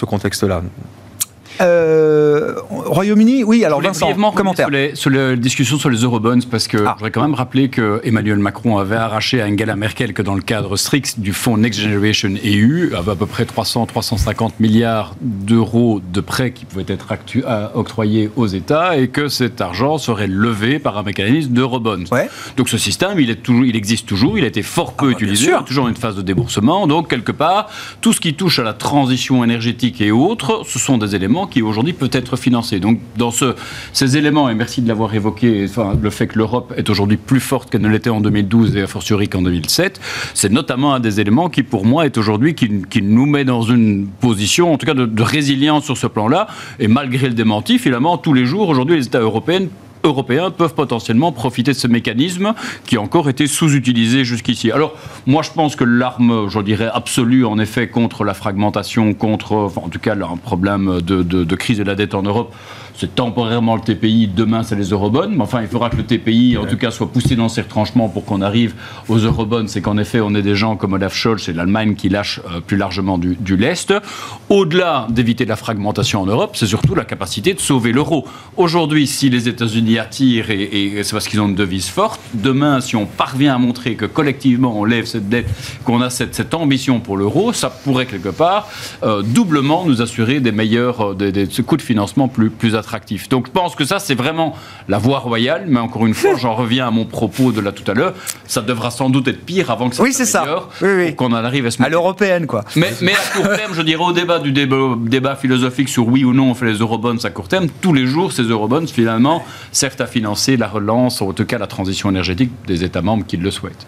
[SPEAKER 2] Royaume-Uni, oui, alors Vincent, commentaire.
[SPEAKER 6] Sur la discussion sur les eurobonds, parce que je voudrais quand même rappeler que Emmanuel Macron avait arraché à Angela Merkel que dans le cadre strict du fonds Next Generation EU, avait à peu près 300-350 milliards d'euros de prêts qui pouvaient être octroyés aux États et que cet argent serait levé par un mécanisme d'eurobonds. Ouais. Donc ce système, il existe toujours, il a été fort peu utilisé, toujours en une phase de déboursement. Donc quelque part, tout ce qui touche à la transition énergétique et autres, ce sont des éléments qui aujourd'hui peut être financé. Donc dans ces éléments, et merci de l'avoir évoqué, le fait que l'Europe est aujourd'hui plus forte qu'elle ne l'était en 2012 et a fortiori qu'en 2007, c'est notamment un des éléments qui pour moi est aujourd'hui qui nous met dans une position en tout cas de résilience sur ce plan-là, et malgré le démenti, finalement tous les jours aujourd'hui les États européens peuvent potentiellement profiter de ce mécanisme qui a encore été sous-utilisé jusqu'ici. Alors, moi, je pense que l'arme, je dirais, absolue, en effet, contre la fragmentation, en tout cas, un problème de crise de la dette en Europe, c'est temporairement le TPI, demain c'est les eurobonds, mais enfin il faudra que le TPI en tout cas soit poussé dans ses retranchements pour qu'on arrive aux eurobonds. C'est qu'en effet on est des gens comme Olaf Scholz et l'Allemagne qui lâchent plus largement du lest. Au-delà d'éviter la fragmentation en Europe, c'est surtout la capacité de sauver l'euro. Aujourd'hui, si les États-Unis attirent, et c'est parce qu'ils ont une devise forte, demain si on parvient à montrer que collectivement on lève cette dette, qu'on a cette ambition pour l'euro, ça pourrait quelque part doublement nous assurer des meilleurs des coûts de financement plus attractifs. Donc je pense que ça c'est vraiment la voie royale, mais encore une fois j'en reviens à mon propos de là tout à l'heure, ça devra sans doute être pire avant que ça s'améliore, pour qu'on en arrive à
[SPEAKER 2] l'européenne quoi.
[SPEAKER 6] Mais à court terme, je dirais au débat philosophique sur oui ou non on fait les eurobonds à court terme, tous les jours ces eurobonds finalement servent à financer la relance, ou en tout cas la transition énergétique des États membres qui le souhaitent.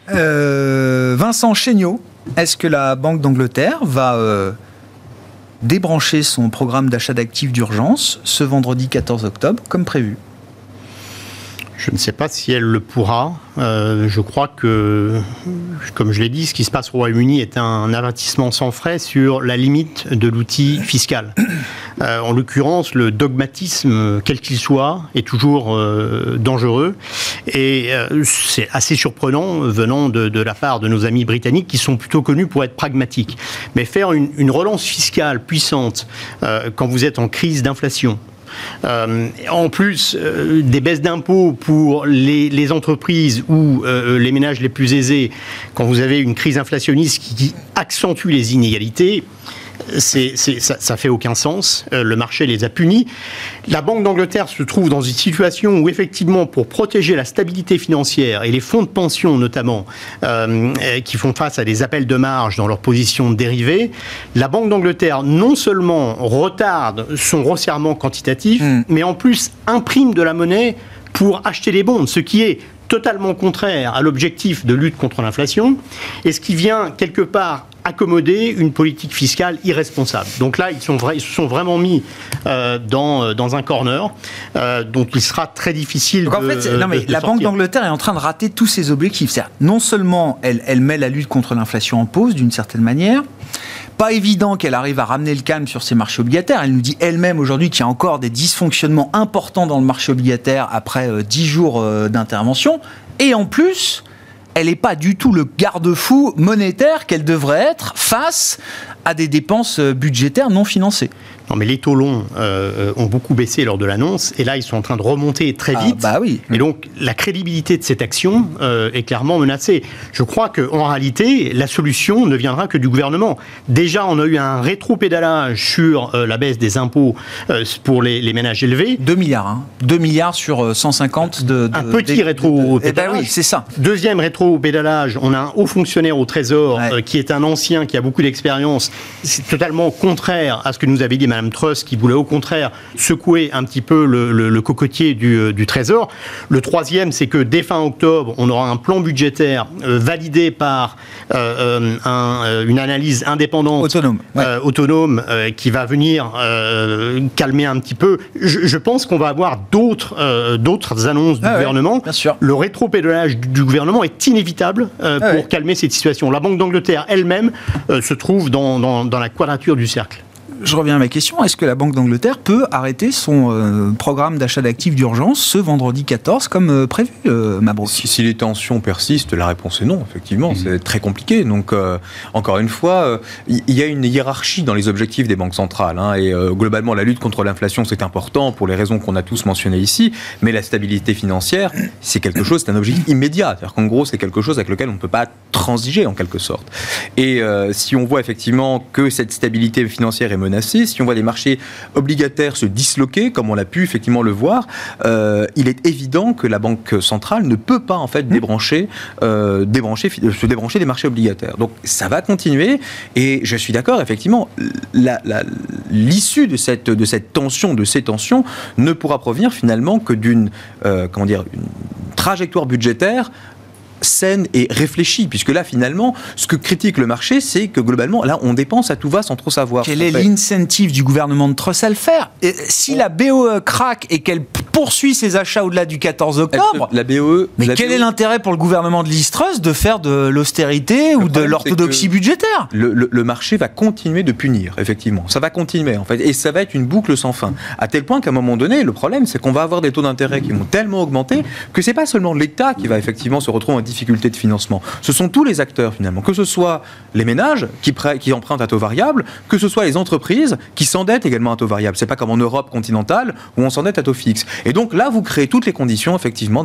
[SPEAKER 2] Vincent Chéniaud, est-ce que la Banque d'Angleterre va débrancher son programme d'achat d'actifs d'urgence ce vendredi 14 octobre, comme prévu?
[SPEAKER 5] Je ne sais pas si elle le pourra. Je crois que, comme je l'ai dit, ce qui se passe au Royaume-Uni est un avertissement sans frais sur la limite de l'outil fiscal. En l'occurrence, le dogmatisme, quel qu'il soit, est toujours dangereux. Et c'est assez surprenant venant de la part de nos amis britanniques qui sont plutôt connus pour être pragmatiques. Mais faire une relance fiscale puissante quand vous êtes en crise d'inflation, en plus des baisses d'impôts pour les entreprises ou les ménages les plus aisés, quand vous avez une crise inflationniste qui accentue les inégalités, ça fait aucun sens. Le marché les a punis. La Banque d'Angleterre se trouve dans une situation où effectivement, pour protéger la stabilité financière et les fonds de pension notamment, qui font face à des appels de marge dans leur position dérivée, la Banque d'Angleterre non seulement retarde son resserrement quantitatif, mais en plus imprime de la monnaie pour acheter les bonds, ce qui est totalement contraire à l'objectif de lutte contre l'inflation, et ce qui vient quelque part accommoder une politique fiscale irresponsable. Donc là, ils se sont vraiment mis dans un corner dont il sera très difficile de
[SPEAKER 2] la Banque d'Angleterre est en train de rater tous ses objectifs. C'est-à-dire, non seulement elle met la lutte contre l'inflation en pause d'une certaine manière, pas évident qu'elle arrive à ramener le calme sur ses marchés obligataires. Elle nous dit elle-même aujourd'hui qu'il y a encore des dysfonctionnements importants dans le marché obligataire après 10 jours d'intervention. Et en plus, elle n'est pas du tout le garde-fou monétaire qu'elle devrait être face à des dépenses budgétaires non financées.
[SPEAKER 5] Non, mais les taux longs ont beaucoup baissé lors de l'annonce, et là, ils sont en train de remonter très vite.
[SPEAKER 2] Oui.
[SPEAKER 5] Et donc, la crédibilité de cette action est clairement menacée. Je crois qu'en réalité, la solution ne viendra que du gouvernement. Déjà, on a eu un rétro-pédalage sur la baisse des impôts pour les ménages élevés.
[SPEAKER 2] 2 milliards, 2 milliards sur 150
[SPEAKER 5] un petit rétro-pédalage.
[SPEAKER 2] Oui, c'est ça.
[SPEAKER 5] Deuxième rétro-pédalage, on a un haut fonctionnaire au Trésor qui est un ancien, qui a beaucoup d'expérience. C'est totalement contraire à ce que nous avait dit Mme Truss, qui voulait au contraire secouer un petit peu le cocotier du Trésor. Le troisième, c'est que dès fin octobre, on aura un plan budgétaire validé par une analyse indépendante, autonome, qui va venir calmer un petit peu. Je pense qu'on va avoir d'autres annonces du gouvernement.
[SPEAKER 2] Bien sûr.
[SPEAKER 5] Le rétro-pédalage du gouvernement est inévitable pour calmer cette situation. La Banque d'Angleterre elle-même se trouve dans la quadrature du cercle.
[SPEAKER 2] Je reviens à ma question. Est-ce que la Banque d'Angleterre peut arrêter son programme d'achat d'actifs d'urgence ce vendredi 14 comme prévu, Mabrouk ?
[SPEAKER 4] Si les tensions persistent, la réponse est non, effectivement. C'est très compliqué. Donc, encore une fois, il y a une hiérarchie dans les objectifs des banques centrales. Et globalement, la lutte contre l'inflation, c'est important pour les raisons qu'on a tous mentionnées ici. Mais la stabilité financière, c'est un objectif immédiat. C'est-à-dire qu'en gros, c'est quelque chose avec lequel on ne peut pas transiger, en quelque sorte. Et si on voit effectivement que cette stabilité financière est menacée, si on voit les marchés obligataires se disloquer, comme on l'a pu effectivement le voir, il est évident que la Banque centrale ne peut pas en fait se débrancher des marchés obligataires. Donc ça va continuer, et je suis d'accord, effectivement, l'issue de cette tension, de ces tensions, ne pourra provenir finalement que d'une une trajectoire budgétaire saine et réfléchie, puisque là finalement ce que critique le marché, c'est que globalement là on dépense à tout va sans trop savoir.
[SPEAKER 2] Quel est l'incentive du gouvernement de Truss à le faire ? Et si la BOE craque et qu'elle poursuit ses achats au-delà du 14 octobre, quel est l'intérêt pour le gouvernement de Liz Truss de faire de l'austérité ou de l'orthodoxie budgétaire ?
[SPEAKER 4] Le marché va continuer de punir, effectivement. Ça va continuer en fait, et ça va être une boucle sans fin. À tel point qu'à un moment donné, le problème c'est qu'on va avoir des taux d'intérêt qui vont tellement augmenter que c'est pas seulement l'État qui va effectivement se retrouver en difficulté de financement. Ce sont tous les acteurs finalement, que ce soit les ménages qui empruntent à taux variable, que ce soit les entreprises qui s'endettent également à taux variable. C'est pas comme en Europe continentale où on s'endette à taux fixe. Et donc là, vous créez toutes les conditions effectivement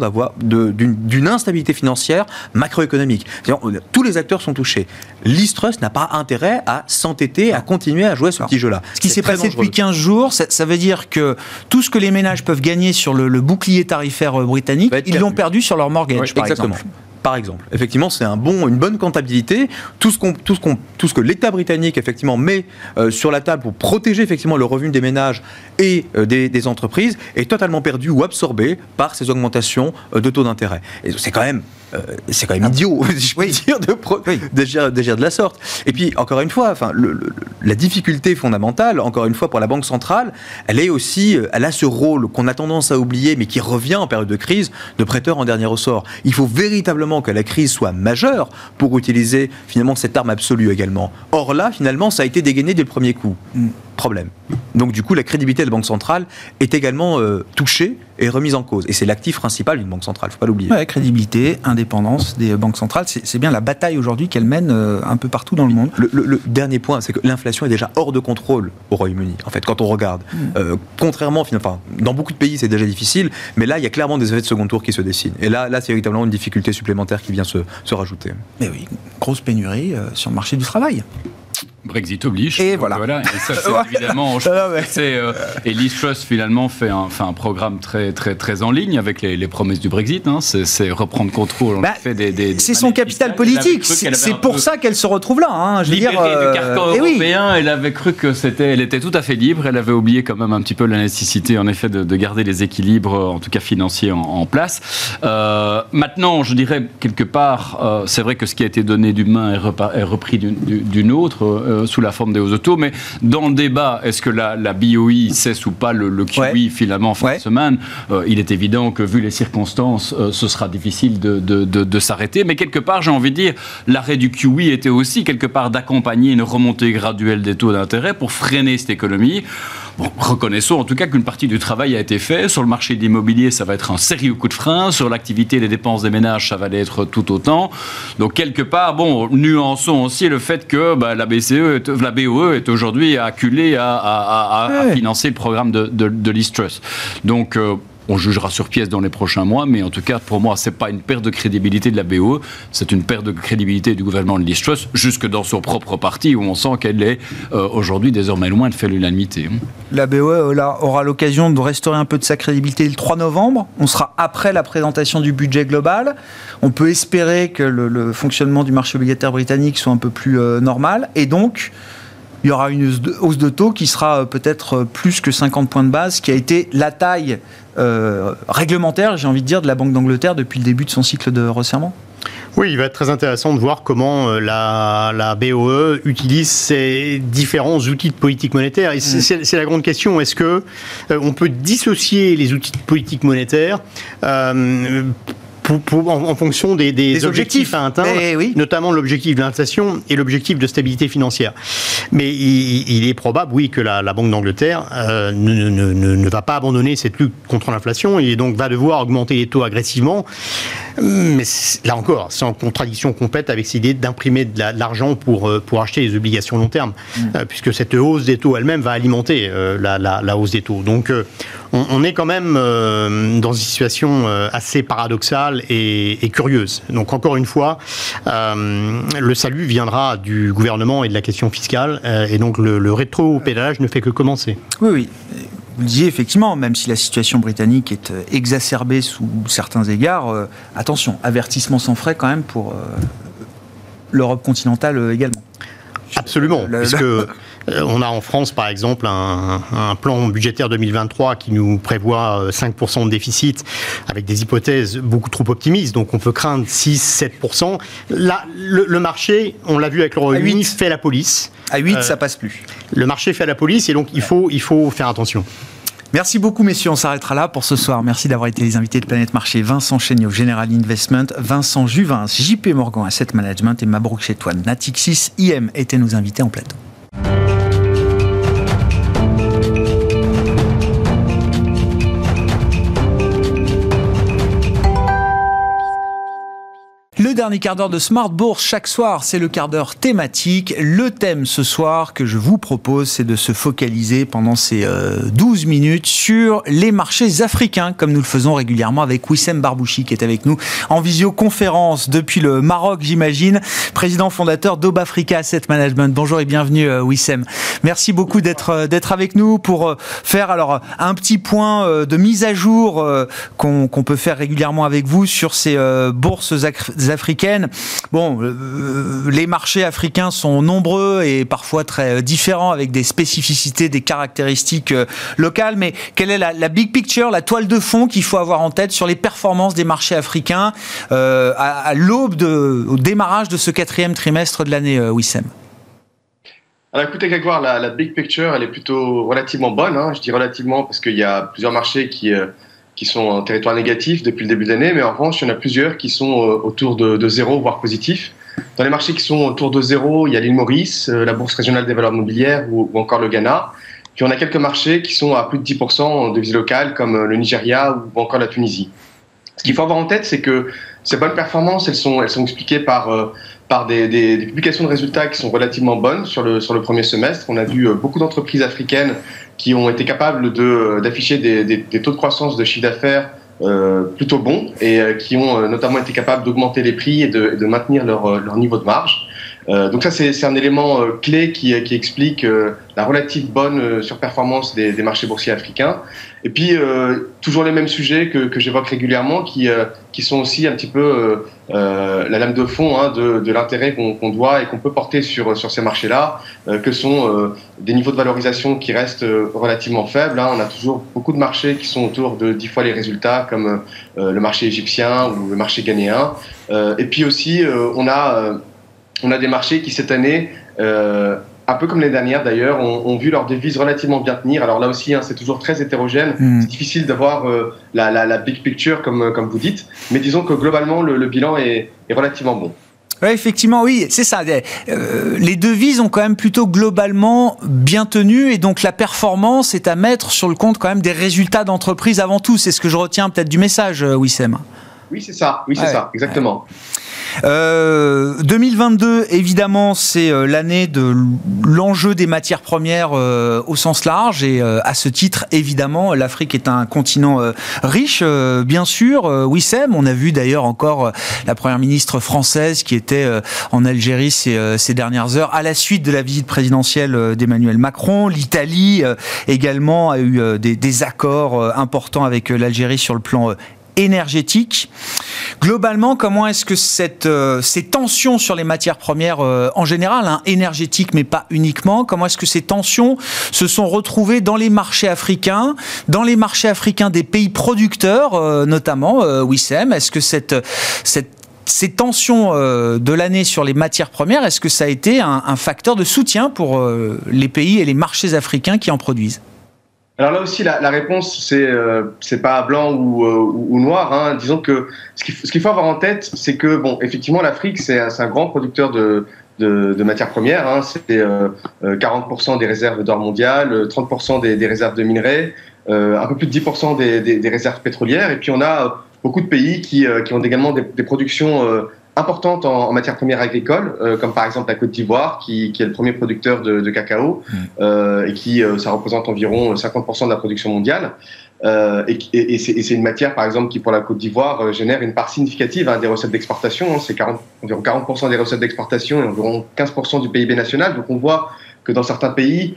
[SPEAKER 4] d'une instabilité financière macroéconomique. Tous les acteurs sont touchés. Liz Truss n'a pas intérêt à s'entêter, à continuer à jouer à ce petit jeu-là.
[SPEAKER 2] Ce qui s'est passé depuis 15 jours, ça veut dire que tout ce que les ménages peuvent gagner sur le bouclier tarifaire britannique, ils l'ont perdu sur leur mortgage, par exemple.
[SPEAKER 4] Par exemple, effectivement, c'est une bonne comptabilité. Tout ce que l'État britannique effectivement met sur la table pour protéger effectivement le revenu des ménages et des entreprises est totalement perdu ou absorbé par ces augmentations de taux d'intérêt. Et c'est quand même idiot, si je puis dire, d'agir de la sorte. Et puis, encore une fois, la difficulté fondamentale, encore une fois, pour la Banque centrale, elle a ce rôle qu'on a tendance à oublier, mais qui revient en période de crise, de prêteur en dernier ressort. Il faut véritablement que la crise soit majeure pour utiliser, finalement, cette arme absolue également. Or là, finalement, ça a été dégainé dès le premier coup. Problème. Donc du coup, la crédibilité de la Banque centrale est également touchée et remise en cause. Et c'est l'actif principal d'une banque centrale, il ne faut pas l'oublier.
[SPEAKER 2] Ouais, crédibilité, indépendance des banques centrales, c'est bien la bataille aujourd'hui qu'elles mènent un peu partout dans le monde.
[SPEAKER 4] Le dernier point, c'est que l'inflation est déjà hors de contrôle au Royaume-Uni. En fait, quand on regarde, contrairement, dans beaucoup de pays, c'est déjà difficile, mais là, il y a clairement des effets de second tour qui se dessinent. Et là c'est véritablement une difficulté supplémentaire qui vient se rajouter.
[SPEAKER 2] Mais oui, grosse pénurie sur le marché du travail.
[SPEAKER 6] Brexit oblige.
[SPEAKER 2] Et voilà.
[SPEAKER 6] Et ça, c'est évidemment. Et Liz Truss, finalement, fait un programme très, très, très en ligne avec les promesses du Brexit. C'est reprendre contrôle.
[SPEAKER 2] C'est son capital politique. C'est pour ça qu'elle se retrouve là.
[SPEAKER 6] Du carcan européen. Elle avait cru elle était tout à fait libre. Elle avait oublié quand même un petit peu la nécessité, en effet, de garder les équilibres, en tout cas financiers, en place. Maintenant, je dirais, quelque part, c'est vrai que ce qui a été donné d'une main est repris d'une autre. Sous la forme des hausses de taux, mais dans le débat, est-ce que la BOE cesse ou pas le QE finalement en fin de semaine, il est évident que vu les circonstances, ce sera difficile de s'arrêter, mais quelque part, j'ai envie de dire, l'arrêt du QE était aussi quelque part d'accompagner une remontée graduelle des taux d'intérêt pour freiner cette économie. reconnaissons en tout cas qu'une partie du travail a été fait. Sur le marché de l'immobilier, ça va être un sérieux coup de frein. Sur l'activité et les dépenses des ménages, ça va l'être tout autant. Donc quelque part, nuançons aussi le fait que la BOE est aujourd'hui acculée à financer le programme de Liz Truss. Donc on jugera sur pièce dans les prochains mois, mais en tout cas, pour moi, ce n'est pas une perte de crédibilité de la BOE, c'est une perte de crédibilité du gouvernement de Liz Truss, jusque dans son propre parti, où on sent qu'elle est aujourd'hui désormais loin de faire l'unanimité.
[SPEAKER 2] La BOE aura l'occasion de restaurer un peu de sa crédibilité le 3 novembre. On sera après la présentation du budget global. On peut espérer que le fonctionnement du marché obligataire britannique soit un peu plus normal. Et donc, il y aura une hausse de taux qui sera peut-être plus que 50 points de base, qui a été la taille réglementaire, j'ai envie de dire, de la Banque d'Angleterre depuis le début de son cycle de resserrement.
[SPEAKER 5] Oui, il va être très intéressant de voir comment la BOE utilise ces différents outils de politique monétaire. Et c'est la grande question. Est-ce que on peut dissocier les outils de politique monétaire en fonction des objectifs à atteindre, notamment l'objectif de l'inflation et l'objectif de stabilité financière. Mais il est probable, oui, que la Banque d'Angleterre ne va pas abandonner cette lutte contre l'inflation et donc va devoir augmenter les taux agressivement. Mais là encore, c'est en contradiction complète avec cette idée d'imprimer de l'argent pour acheter des obligations long terme, puisque cette hausse des taux elle-même va alimenter la hausse des taux. Donc on est quand même dans une situation assez paradoxale et curieuse. Donc encore une fois, le salut viendra du gouvernement et de la question fiscale, et donc le rétro-pédalage ne fait que commencer.
[SPEAKER 2] Oui. Vous le disiez effectivement, même si la situation britannique est exacerbée sous certains égards, attention, avertissement sans frais quand même pour l'Europe continentale également.
[SPEAKER 5] Absolument, puisque on a en France par exemple un plan budgétaire 2023 qui nous prévoit 5% de déficit avec des hypothèses beaucoup trop optimistes, donc on peut craindre 6-7%. Là, le marché, on l'a vu avec le Royaume-Uni, fait la police.
[SPEAKER 2] À 8, ça passe plus.
[SPEAKER 5] Le marché fait la police et donc il faut faire attention.
[SPEAKER 2] Merci beaucoup messieurs, on s'arrêtera là pour ce soir. Merci d'avoir été les invités de Planète Marché. Vincent Chéniaud, General Investment, Vincent Juvin, JP Morgan Asset Management et Mabrouk Chetouane, Natixis IM étaient nos invités en plateau. Le dernier quart d'heure de Smart Bourse chaque soir, c'est le quart d'heure thématique. Le thème ce soir que je vous propose, c'est de se focaliser pendant ces 12 minutes sur les marchés africains, comme nous le faisons régulièrement avec Wissem Barbouchi, qui est avec nous en visioconférence depuis le Maroc, j'imagine, président fondateur d'Aube Africa Asset Management. Bonjour et bienvenue Wissem. Merci beaucoup d'être avec nous pour faire alors un petit point de mise à jour qu'on peut faire régulièrement avec vous sur ces bourses africaines. Bon, les marchés africains sont nombreux et parfois très différents avec des spécificités, des caractéristiques locales, mais quelle est la big picture, la toile de fond qu'il faut avoir en tête sur les performances des marchés africains à l'aube, au démarrage de ce 4e trimestre de l'année, Wissem?
[SPEAKER 7] Alors écoutez Grégoire, la big picture elle est plutôt relativement bonne, hein. Je dis relativement parce qu'il y a plusieurs marchés qui sont en territoire négatif depuis le début de l'année, mais en revanche, il y en a plusieurs qui sont autour de zéro, voire positifs. Dans les marchés qui sont autour de zéro, il y a l'île Maurice, la Bourse régionale des valeurs mobilières ou encore le Ghana. Puis on a quelques marchés qui sont à plus de 10% en devises locales, comme le Nigeria ou encore la Tunisie. Ce qu'il faut avoir en tête, c'est que ces bonnes performances, elles sont expliquées par des publications de résultats qui sont relativement bonnes sur le premier semestre. On a vu beaucoup d'entreprises africaines qui ont été capables d'afficher des taux de croissance de chiffre d'affaires plutôt bons et qui ont notamment été capables d'augmenter les prix et de maintenir leur niveau de marge. Donc ça, c'est un élément clé qui explique la relative bonne surperformance des marchés boursiers africains. Et puis, toujours les mêmes sujets que j'évoque régulièrement qui sont aussi un petit peu la lame de fond de l'intérêt qu'on doit et qu'on peut porter sur ces marchés-là, que sont des niveaux de valorisation qui restent relativement faibles. On a toujours beaucoup de marchés qui sont autour de 10 fois les résultats, comme le marché égyptien ou le marché ghanéen. Et puis aussi, on a des marchés qui, cette année, un peu comme les dernières d'ailleurs, ont vu leur devise relativement bien tenir. Alors là aussi, c'est toujours très hétérogène. C'est difficile d'avoir la big picture, comme vous dites. Mais disons que globalement, le bilan est relativement bon.
[SPEAKER 2] Ouais, effectivement, oui, c'est ça. Les devises ont quand même plutôt globalement bien tenu et donc la performance est à mettre sur le compte quand même des résultats d'entreprise avant tout. C'est ce que je retiens peut-être du message, Wissem.
[SPEAKER 7] Oui, c'est ça. Oui, c'est ça, exactement.
[SPEAKER 2] 2022, évidemment, c'est l'année de l'enjeu des matières premières au sens large et à ce titre, évidemment, l'Afrique est un continent riche, bien sûr. Wissem, on a vu d'ailleurs encore la première ministre française qui était en Algérie ces dernières heures à la suite de la visite présidentielle d'Emmanuel Macron. L'Italie également a eu des accords importants avec l'Algérie sur le plan énergétique. Globalement, comment est-ce que ces tensions sur les matières premières en général, énergétiques mais pas uniquement, comment est-ce que ces tensions se sont retrouvées dans les marchés africains des pays producteurs notamment, Wissem? Est-ce que ces tensions de l'année sur les matières premières, est-ce que ça a été un facteur de soutien pour les pays et les marchés africains qui en produisent?
[SPEAKER 7] Alors là aussi, la réponse, c'est pas blanc ou noir. Hein. Disons que ce qu'il faut avoir en tête, c'est que, bon, effectivement, l'Afrique, c'est un grand producteur de matières premières. Hein. C'est 40% des réserves d'or mondiales, 30% des réserves de minerais, un peu plus de 10% des réserves pétrolières. Et puis, on a beaucoup de pays qui ont également des productions importantes en matières premières agricoles, comme par exemple la Côte d'Ivoire, qui est le premier producteur de cacao, et qui ça représente environ 50% de la production mondiale. Et c'est une matière, par exemple, qui pour la Côte d'Ivoire génère une part significative des recettes d'exportation. Hein, c'est environ 40% des recettes d'exportation et environ 15% du PIB national. Donc on voit que dans certains pays,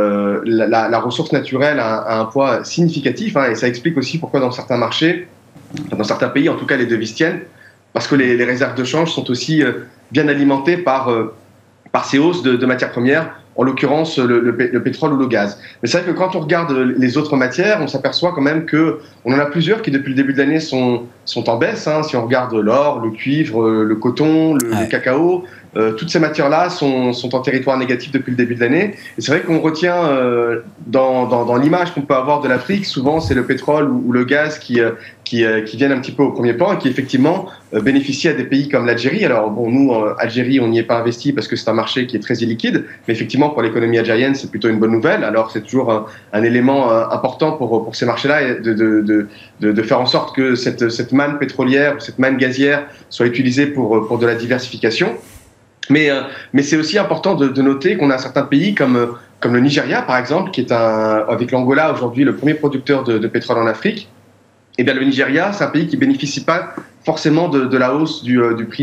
[SPEAKER 7] la ressource naturelle a un poids significatif, hein, et ça explique aussi pourquoi dans certains marchés, dans certains pays, en tout cas, les devises tiennent. Parce que les réserves de change sont aussi bien alimentées par ces hausses de matières premières, en l'occurrence le pétrole ou le gaz. Mais c'est vrai que quand on regarde les autres matières, on s'aperçoit quand même qu'on en a plusieurs qui depuis le début de l'année sont en baisse. Hein. Si on regarde l'or, le cuivre, le coton, le cacao, toutes ces matières-là sont en territoire négatif depuis le début de l'année. Et c'est vrai qu'on retient dans l'image qu'on peut avoir de l'Afrique, souvent c'est le pétrole ou le gaz qui viennent un petit peu au premier plan et qui effectivement bénéficient à des pays comme l'Algérie. Alors bon, nous, Algérie, on n'y est pas investi parce que c'est un marché qui est très illiquide, mais effectivement pour l'économie algérienne, c'est plutôt une bonne nouvelle. Alors c'est toujours un élément important pour ces marchés-là de faire en sorte que cette manne pétrolière ou cette manne gazière soit utilisée pour de la diversification. Mais c'est aussi important de noter qu'on a certains pays comme le Nigeria, par exemple, qui est avec l'Angola aujourd'hui le premier producteur de pétrole en Afrique. Et bien le Nigeria, c'est un pays qui bénéficie pas forcément de la hausse du prix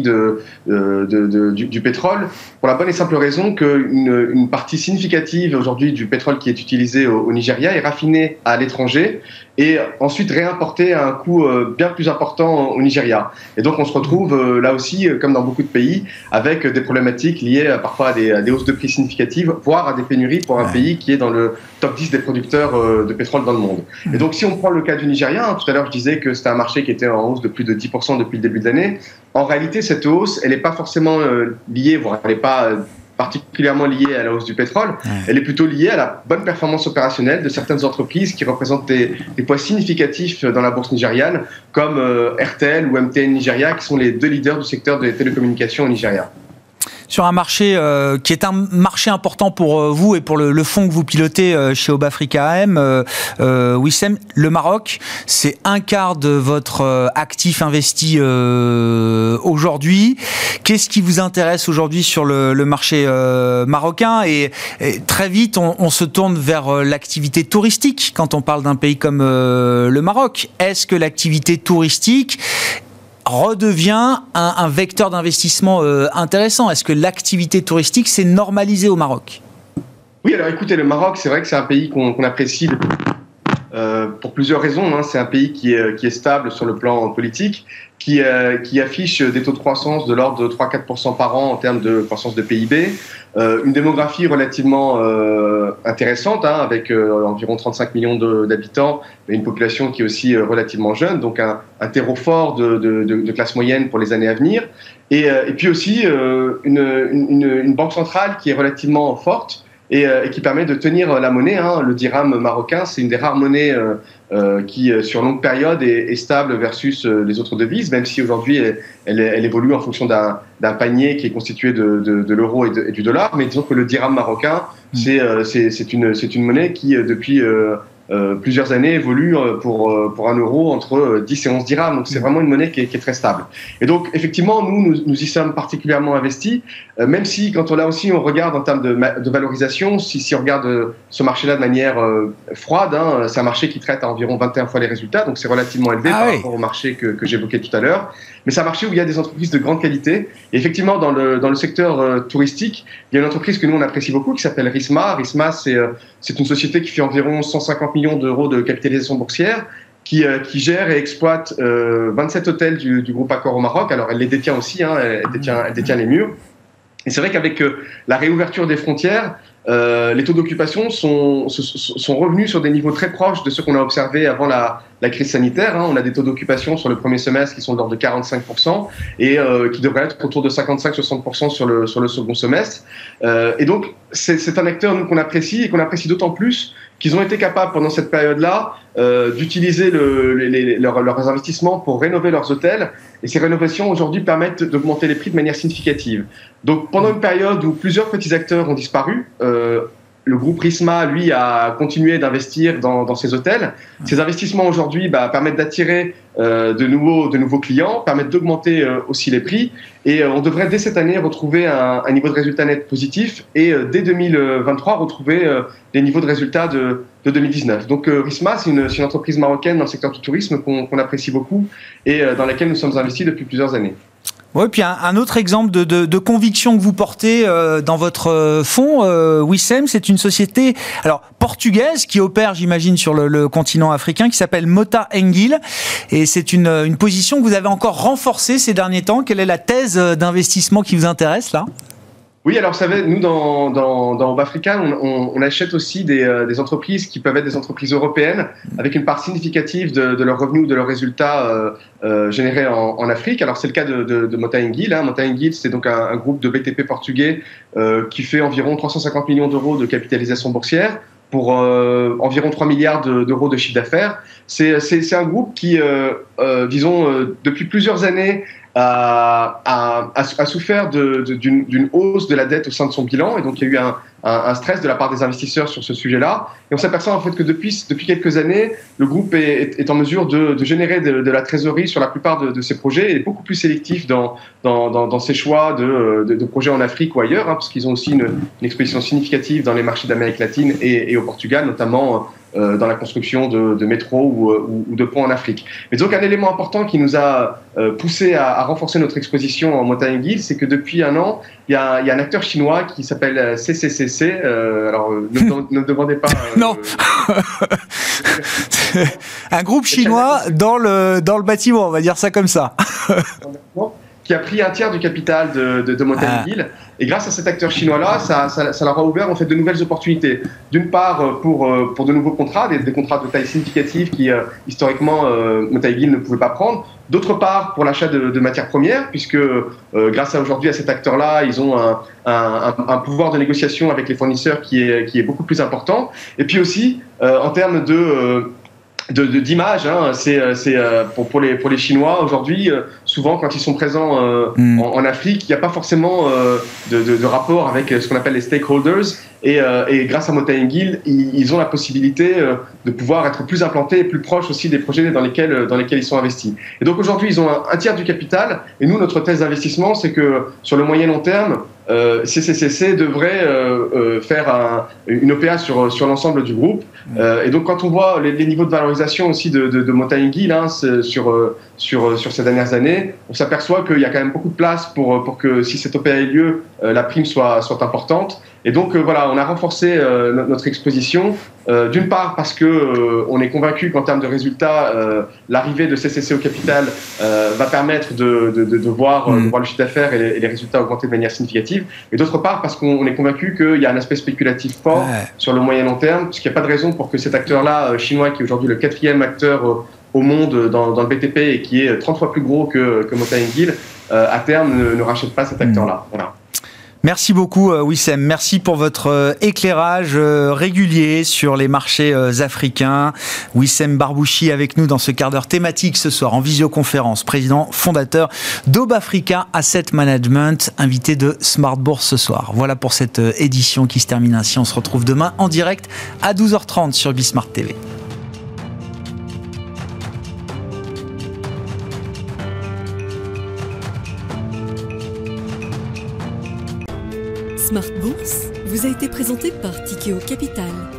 [SPEAKER 7] du pétrole, pour la bonne et simple raison qu'une partie significative aujourd'hui du pétrole qui est utilisé au Nigeria est raffiné à l'étranger et ensuite réimporté à un coût bien plus important au Nigeria. Et donc on se retrouve là aussi, comme dans beaucoup de pays, avec des problématiques liées parfois à des hausses de prix significatives, voire à des pénuries pour un pays qui est dans le top 10 des producteurs de pétrole dans le monde. Et donc si on prend le cas du Nigeria, tout à l'heure je disais que c'était un marché qui était en hausse de plus de 10% depuis le début de l'année. En réalité, cette hausse, elle n'est pas forcément liée, voire elle n'est pas particulièrement liée à la hausse du pétrole. Elle est plutôt liée à la bonne performance opérationnelle de certaines entreprises qui représentent des poids significatifs dans la bourse nigériane, comme RTL ou MTN Nigeria, qui sont les deux leaders du secteur des télécommunications au Nigeria.
[SPEAKER 2] Sur un marché qui est un marché important pour vous et pour le fonds que vous pilotez chez Aube Africa AM, Wissem, le Maroc, c'est un quart de votre actif investi aujourd'hui. Qu'est-ce qui vous intéresse aujourd'hui sur le marché marocain et très vite, on se tourne vers l'activité touristique quand on parle d'un pays comme le Maroc. Est-ce que l'activité touristique redevient un vecteur d'investissement intéressant? Est-ce que l'activité touristique s'est normalisée au Maroc?
[SPEAKER 7] Oui, alors écoutez, le Maroc, c'est vrai que c'est un pays qu'on apprécie pour plusieurs raisons. Hein. C'est un pays qui est stable sur le plan politique, qui affiche des taux de croissance de l'ordre de 3-4% par an en termes de croissance de PIB, une démographie relativement intéressante, hein, avec environ 35 millions d'habitants, mais une population qui est aussi relativement jeune, donc un terreau fort de classe moyenne pour les années à venir, et puis aussi une banque centrale qui est relativement forte, et qui permet de tenir la monnaie. Le dirham marocain, c'est une des rares monnaies qui, sur longue période, est stable versus les autres devises, même si aujourd'hui elle évolue en fonction d'un panier qui est constitué de l'euro et du dollar. Mais disons que le dirham marocain, c'est une monnaie qui, depuis plusieurs années, évolue pour 1 euro entre 10 et 11 dirhams. Donc c'est vraiment une monnaie qui est très stable. Et donc effectivement, nous y sommes particulièrement investis, même si quand on regarde en termes de valorisation, si on regarde ce marché-là de manière froide, c'est un marché qui traite à environ 21 fois les résultats, donc c'est relativement élevé par rapport au marché que j'évoquais tout à l'heure. Mais c'est un marché où il y a des entreprises de grande qualité. Et effectivement, dans le secteur touristique, il y a une entreprise que nous on apprécie beaucoup qui s'appelle Risma. Risma, c'est une société qui fait environ 150 millions d'euros de capitalisation boursière, qui gère et exploite 27 hôtels du groupe Accor au Maroc. Alors elle les détient aussi, elle détient les murs. Et c'est vrai qu'avec la réouverture des frontières, les taux d'occupation sont revenus sur des niveaux très proches de ceux qu'on a observés avant la crise sanitaire. On a des taux d'occupation sur le premier semestre qui sont de l'ordre de 45% et qui devraient être autour de 55-60% sur le second semestre. Et donc, c'est un acteur qu'on apprécie et qu'on apprécie d'autant plus qu'ils ont été capables pendant cette période-là d'utiliser leurs investissements pour rénover leurs hôtels. Et ces rénovations aujourd'hui permettent d'augmenter les prix de manière significative. Donc pendant une période où plusieurs petits acteurs ont disparu, le groupe Risma, lui, a continué d'investir dans ces hôtels. Ces investissements aujourd'hui permettent d'attirer de nouveaux clients, permettent d'augmenter aussi les prix. Et on devrait dès cette année retrouver un niveau de résultat net positif et dès 2023 retrouver les niveaux de résultats de 2019. Donc Risma, c'est une entreprise marocaine dans le secteur du tourisme qu'on apprécie beaucoup et dans laquelle nous sommes investis depuis plusieurs années.
[SPEAKER 2] Oui, puis un autre exemple de conviction que vous portez dans votre fonds, Wissem, c'est une société portugaise qui opère, j'imagine, sur le continent africain, qui s'appelle Mota Engil. Et c'est une position que vous avez encore renforcée ces derniers temps. Quelle est la thèse d'investissement qui vous intéresse, là ?
[SPEAKER 7] Oui, alors vous savez, nous, dans Hub Africa, on achète aussi des entreprises qui peuvent être des entreprises européennes avec une part significative de leurs revenus ou de leurs résultats générés en Afrique. Alors c'est le cas de Mota Engil. Mota Engil, c'est donc un groupe de BTP portugais qui fait environ 350 millions d'euros de capitalisation boursière pour environ 3 milliards d'euros de chiffre d'affaires. C'est un groupe qui, depuis plusieurs années, a souffert d'une hausse de la dette au sein de son bilan, et donc il y a eu un stress de la part des investisseurs sur ce sujet-là. Et on s'aperçoit en fait que depuis quelques années, le groupe est en mesure de générer de la trésorerie sur la plupart de ses projets et est beaucoup plus sélectif dans ses choix de projets en Afrique ou ailleurs, parce qu'ils ont aussi une exposition significative dans les marchés d'Amérique latine et au Portugal, notamment dans la construction de métros ou de ponts en Afrique. Mais donc un élément important qui nous a poussé à renforcer notre exposition en Mota Engil, c'est que depuis un an, il y a un acteur chinois qui s'appelle CCCC. Alors ne me demandez pas.
[SPEAKER 2] Non. Un groupe chinois dans le bâtiment, on va dire ça comme ça.
[SPEAKER 7] Qui a pris un tiers du capital de Mota Engil. Et grâce à cet acteur chinois-là, ça leur a ouvert en fait de nouvelles opportunités. D'une part, pour de nouveaux contrats, des contrats de taille significative qui, historiquement, Mota Engil ne pouvait pas prendre. D'autre part, pour l'achat de matières premières, puisque grâce aujourd'hui à cet acteur-là, ils ont un pouvoir de négociation avec les fournisseurs qui est beaucoup plus important. Et puis aussi, en termes d'image, pour les Chinois aujourd'hui, souvent quand ils sont présents en Afrique, il n'y a pas forcément de rapport avec ce qu'on appelle les stakeholders, et grâce à Mota Engil, ils ont la possibilité de pouvoir être plus implantés et plus proches aussi des projets dans lesquels ils sont investis. Et donc aujourd'hui, ils ont un tiers du capital, et nous, notre thèse d'investissement, c'est que sur le moyen long terme, CCCC devrait faire une OPA sur l'ensemble du groupe. Et donc quand on voit les niveaux de valorisation aussi de Mota Engil sur ces dernières années, on s'aperçoit qu'il y a quand même beaucoup de place pour que si cette OPA ait lieu, la prime soit importante. Et donc voilà, on a renforcé notre exposition, d'une part parce que on est convaincu qu'en termes de résultats, l'arrivée de CCC au capital va permettre de voir le chiffre d'affaires et les résultats augmenter de manière significative, et d'autre part parce qu'on est convaincu qu'il y a un aspect spéculatif fort sur le moyen long terme, puisqu'il n'y a pas de raison pour que cet acteur-là, chinois, qui est aujourd'hui le 4e acteur au monde dans le BTP et qui est 30 fois plus gros que Mota Engil, à terme ne rachète pas cet acteur-là. Voilà.
[SPEAKER 2] Merci beaucoup Wissem, merci pour votre éclairage régulier sur les marchés africains. Wissem Barbouchi avec nous dans ce quart d'heure thématique ce soir en visioconférence, président fondateur d'Aube Africa Asset Management, invité de Smart Bourse ce soir. Voilà pour cette édition qui se termine ainsi. On se retrouve demain en direct à 12h30 sur Bismart TV.
[SPEAKER 1] Smart Bourse vous a été présenté par Tikeo Capital.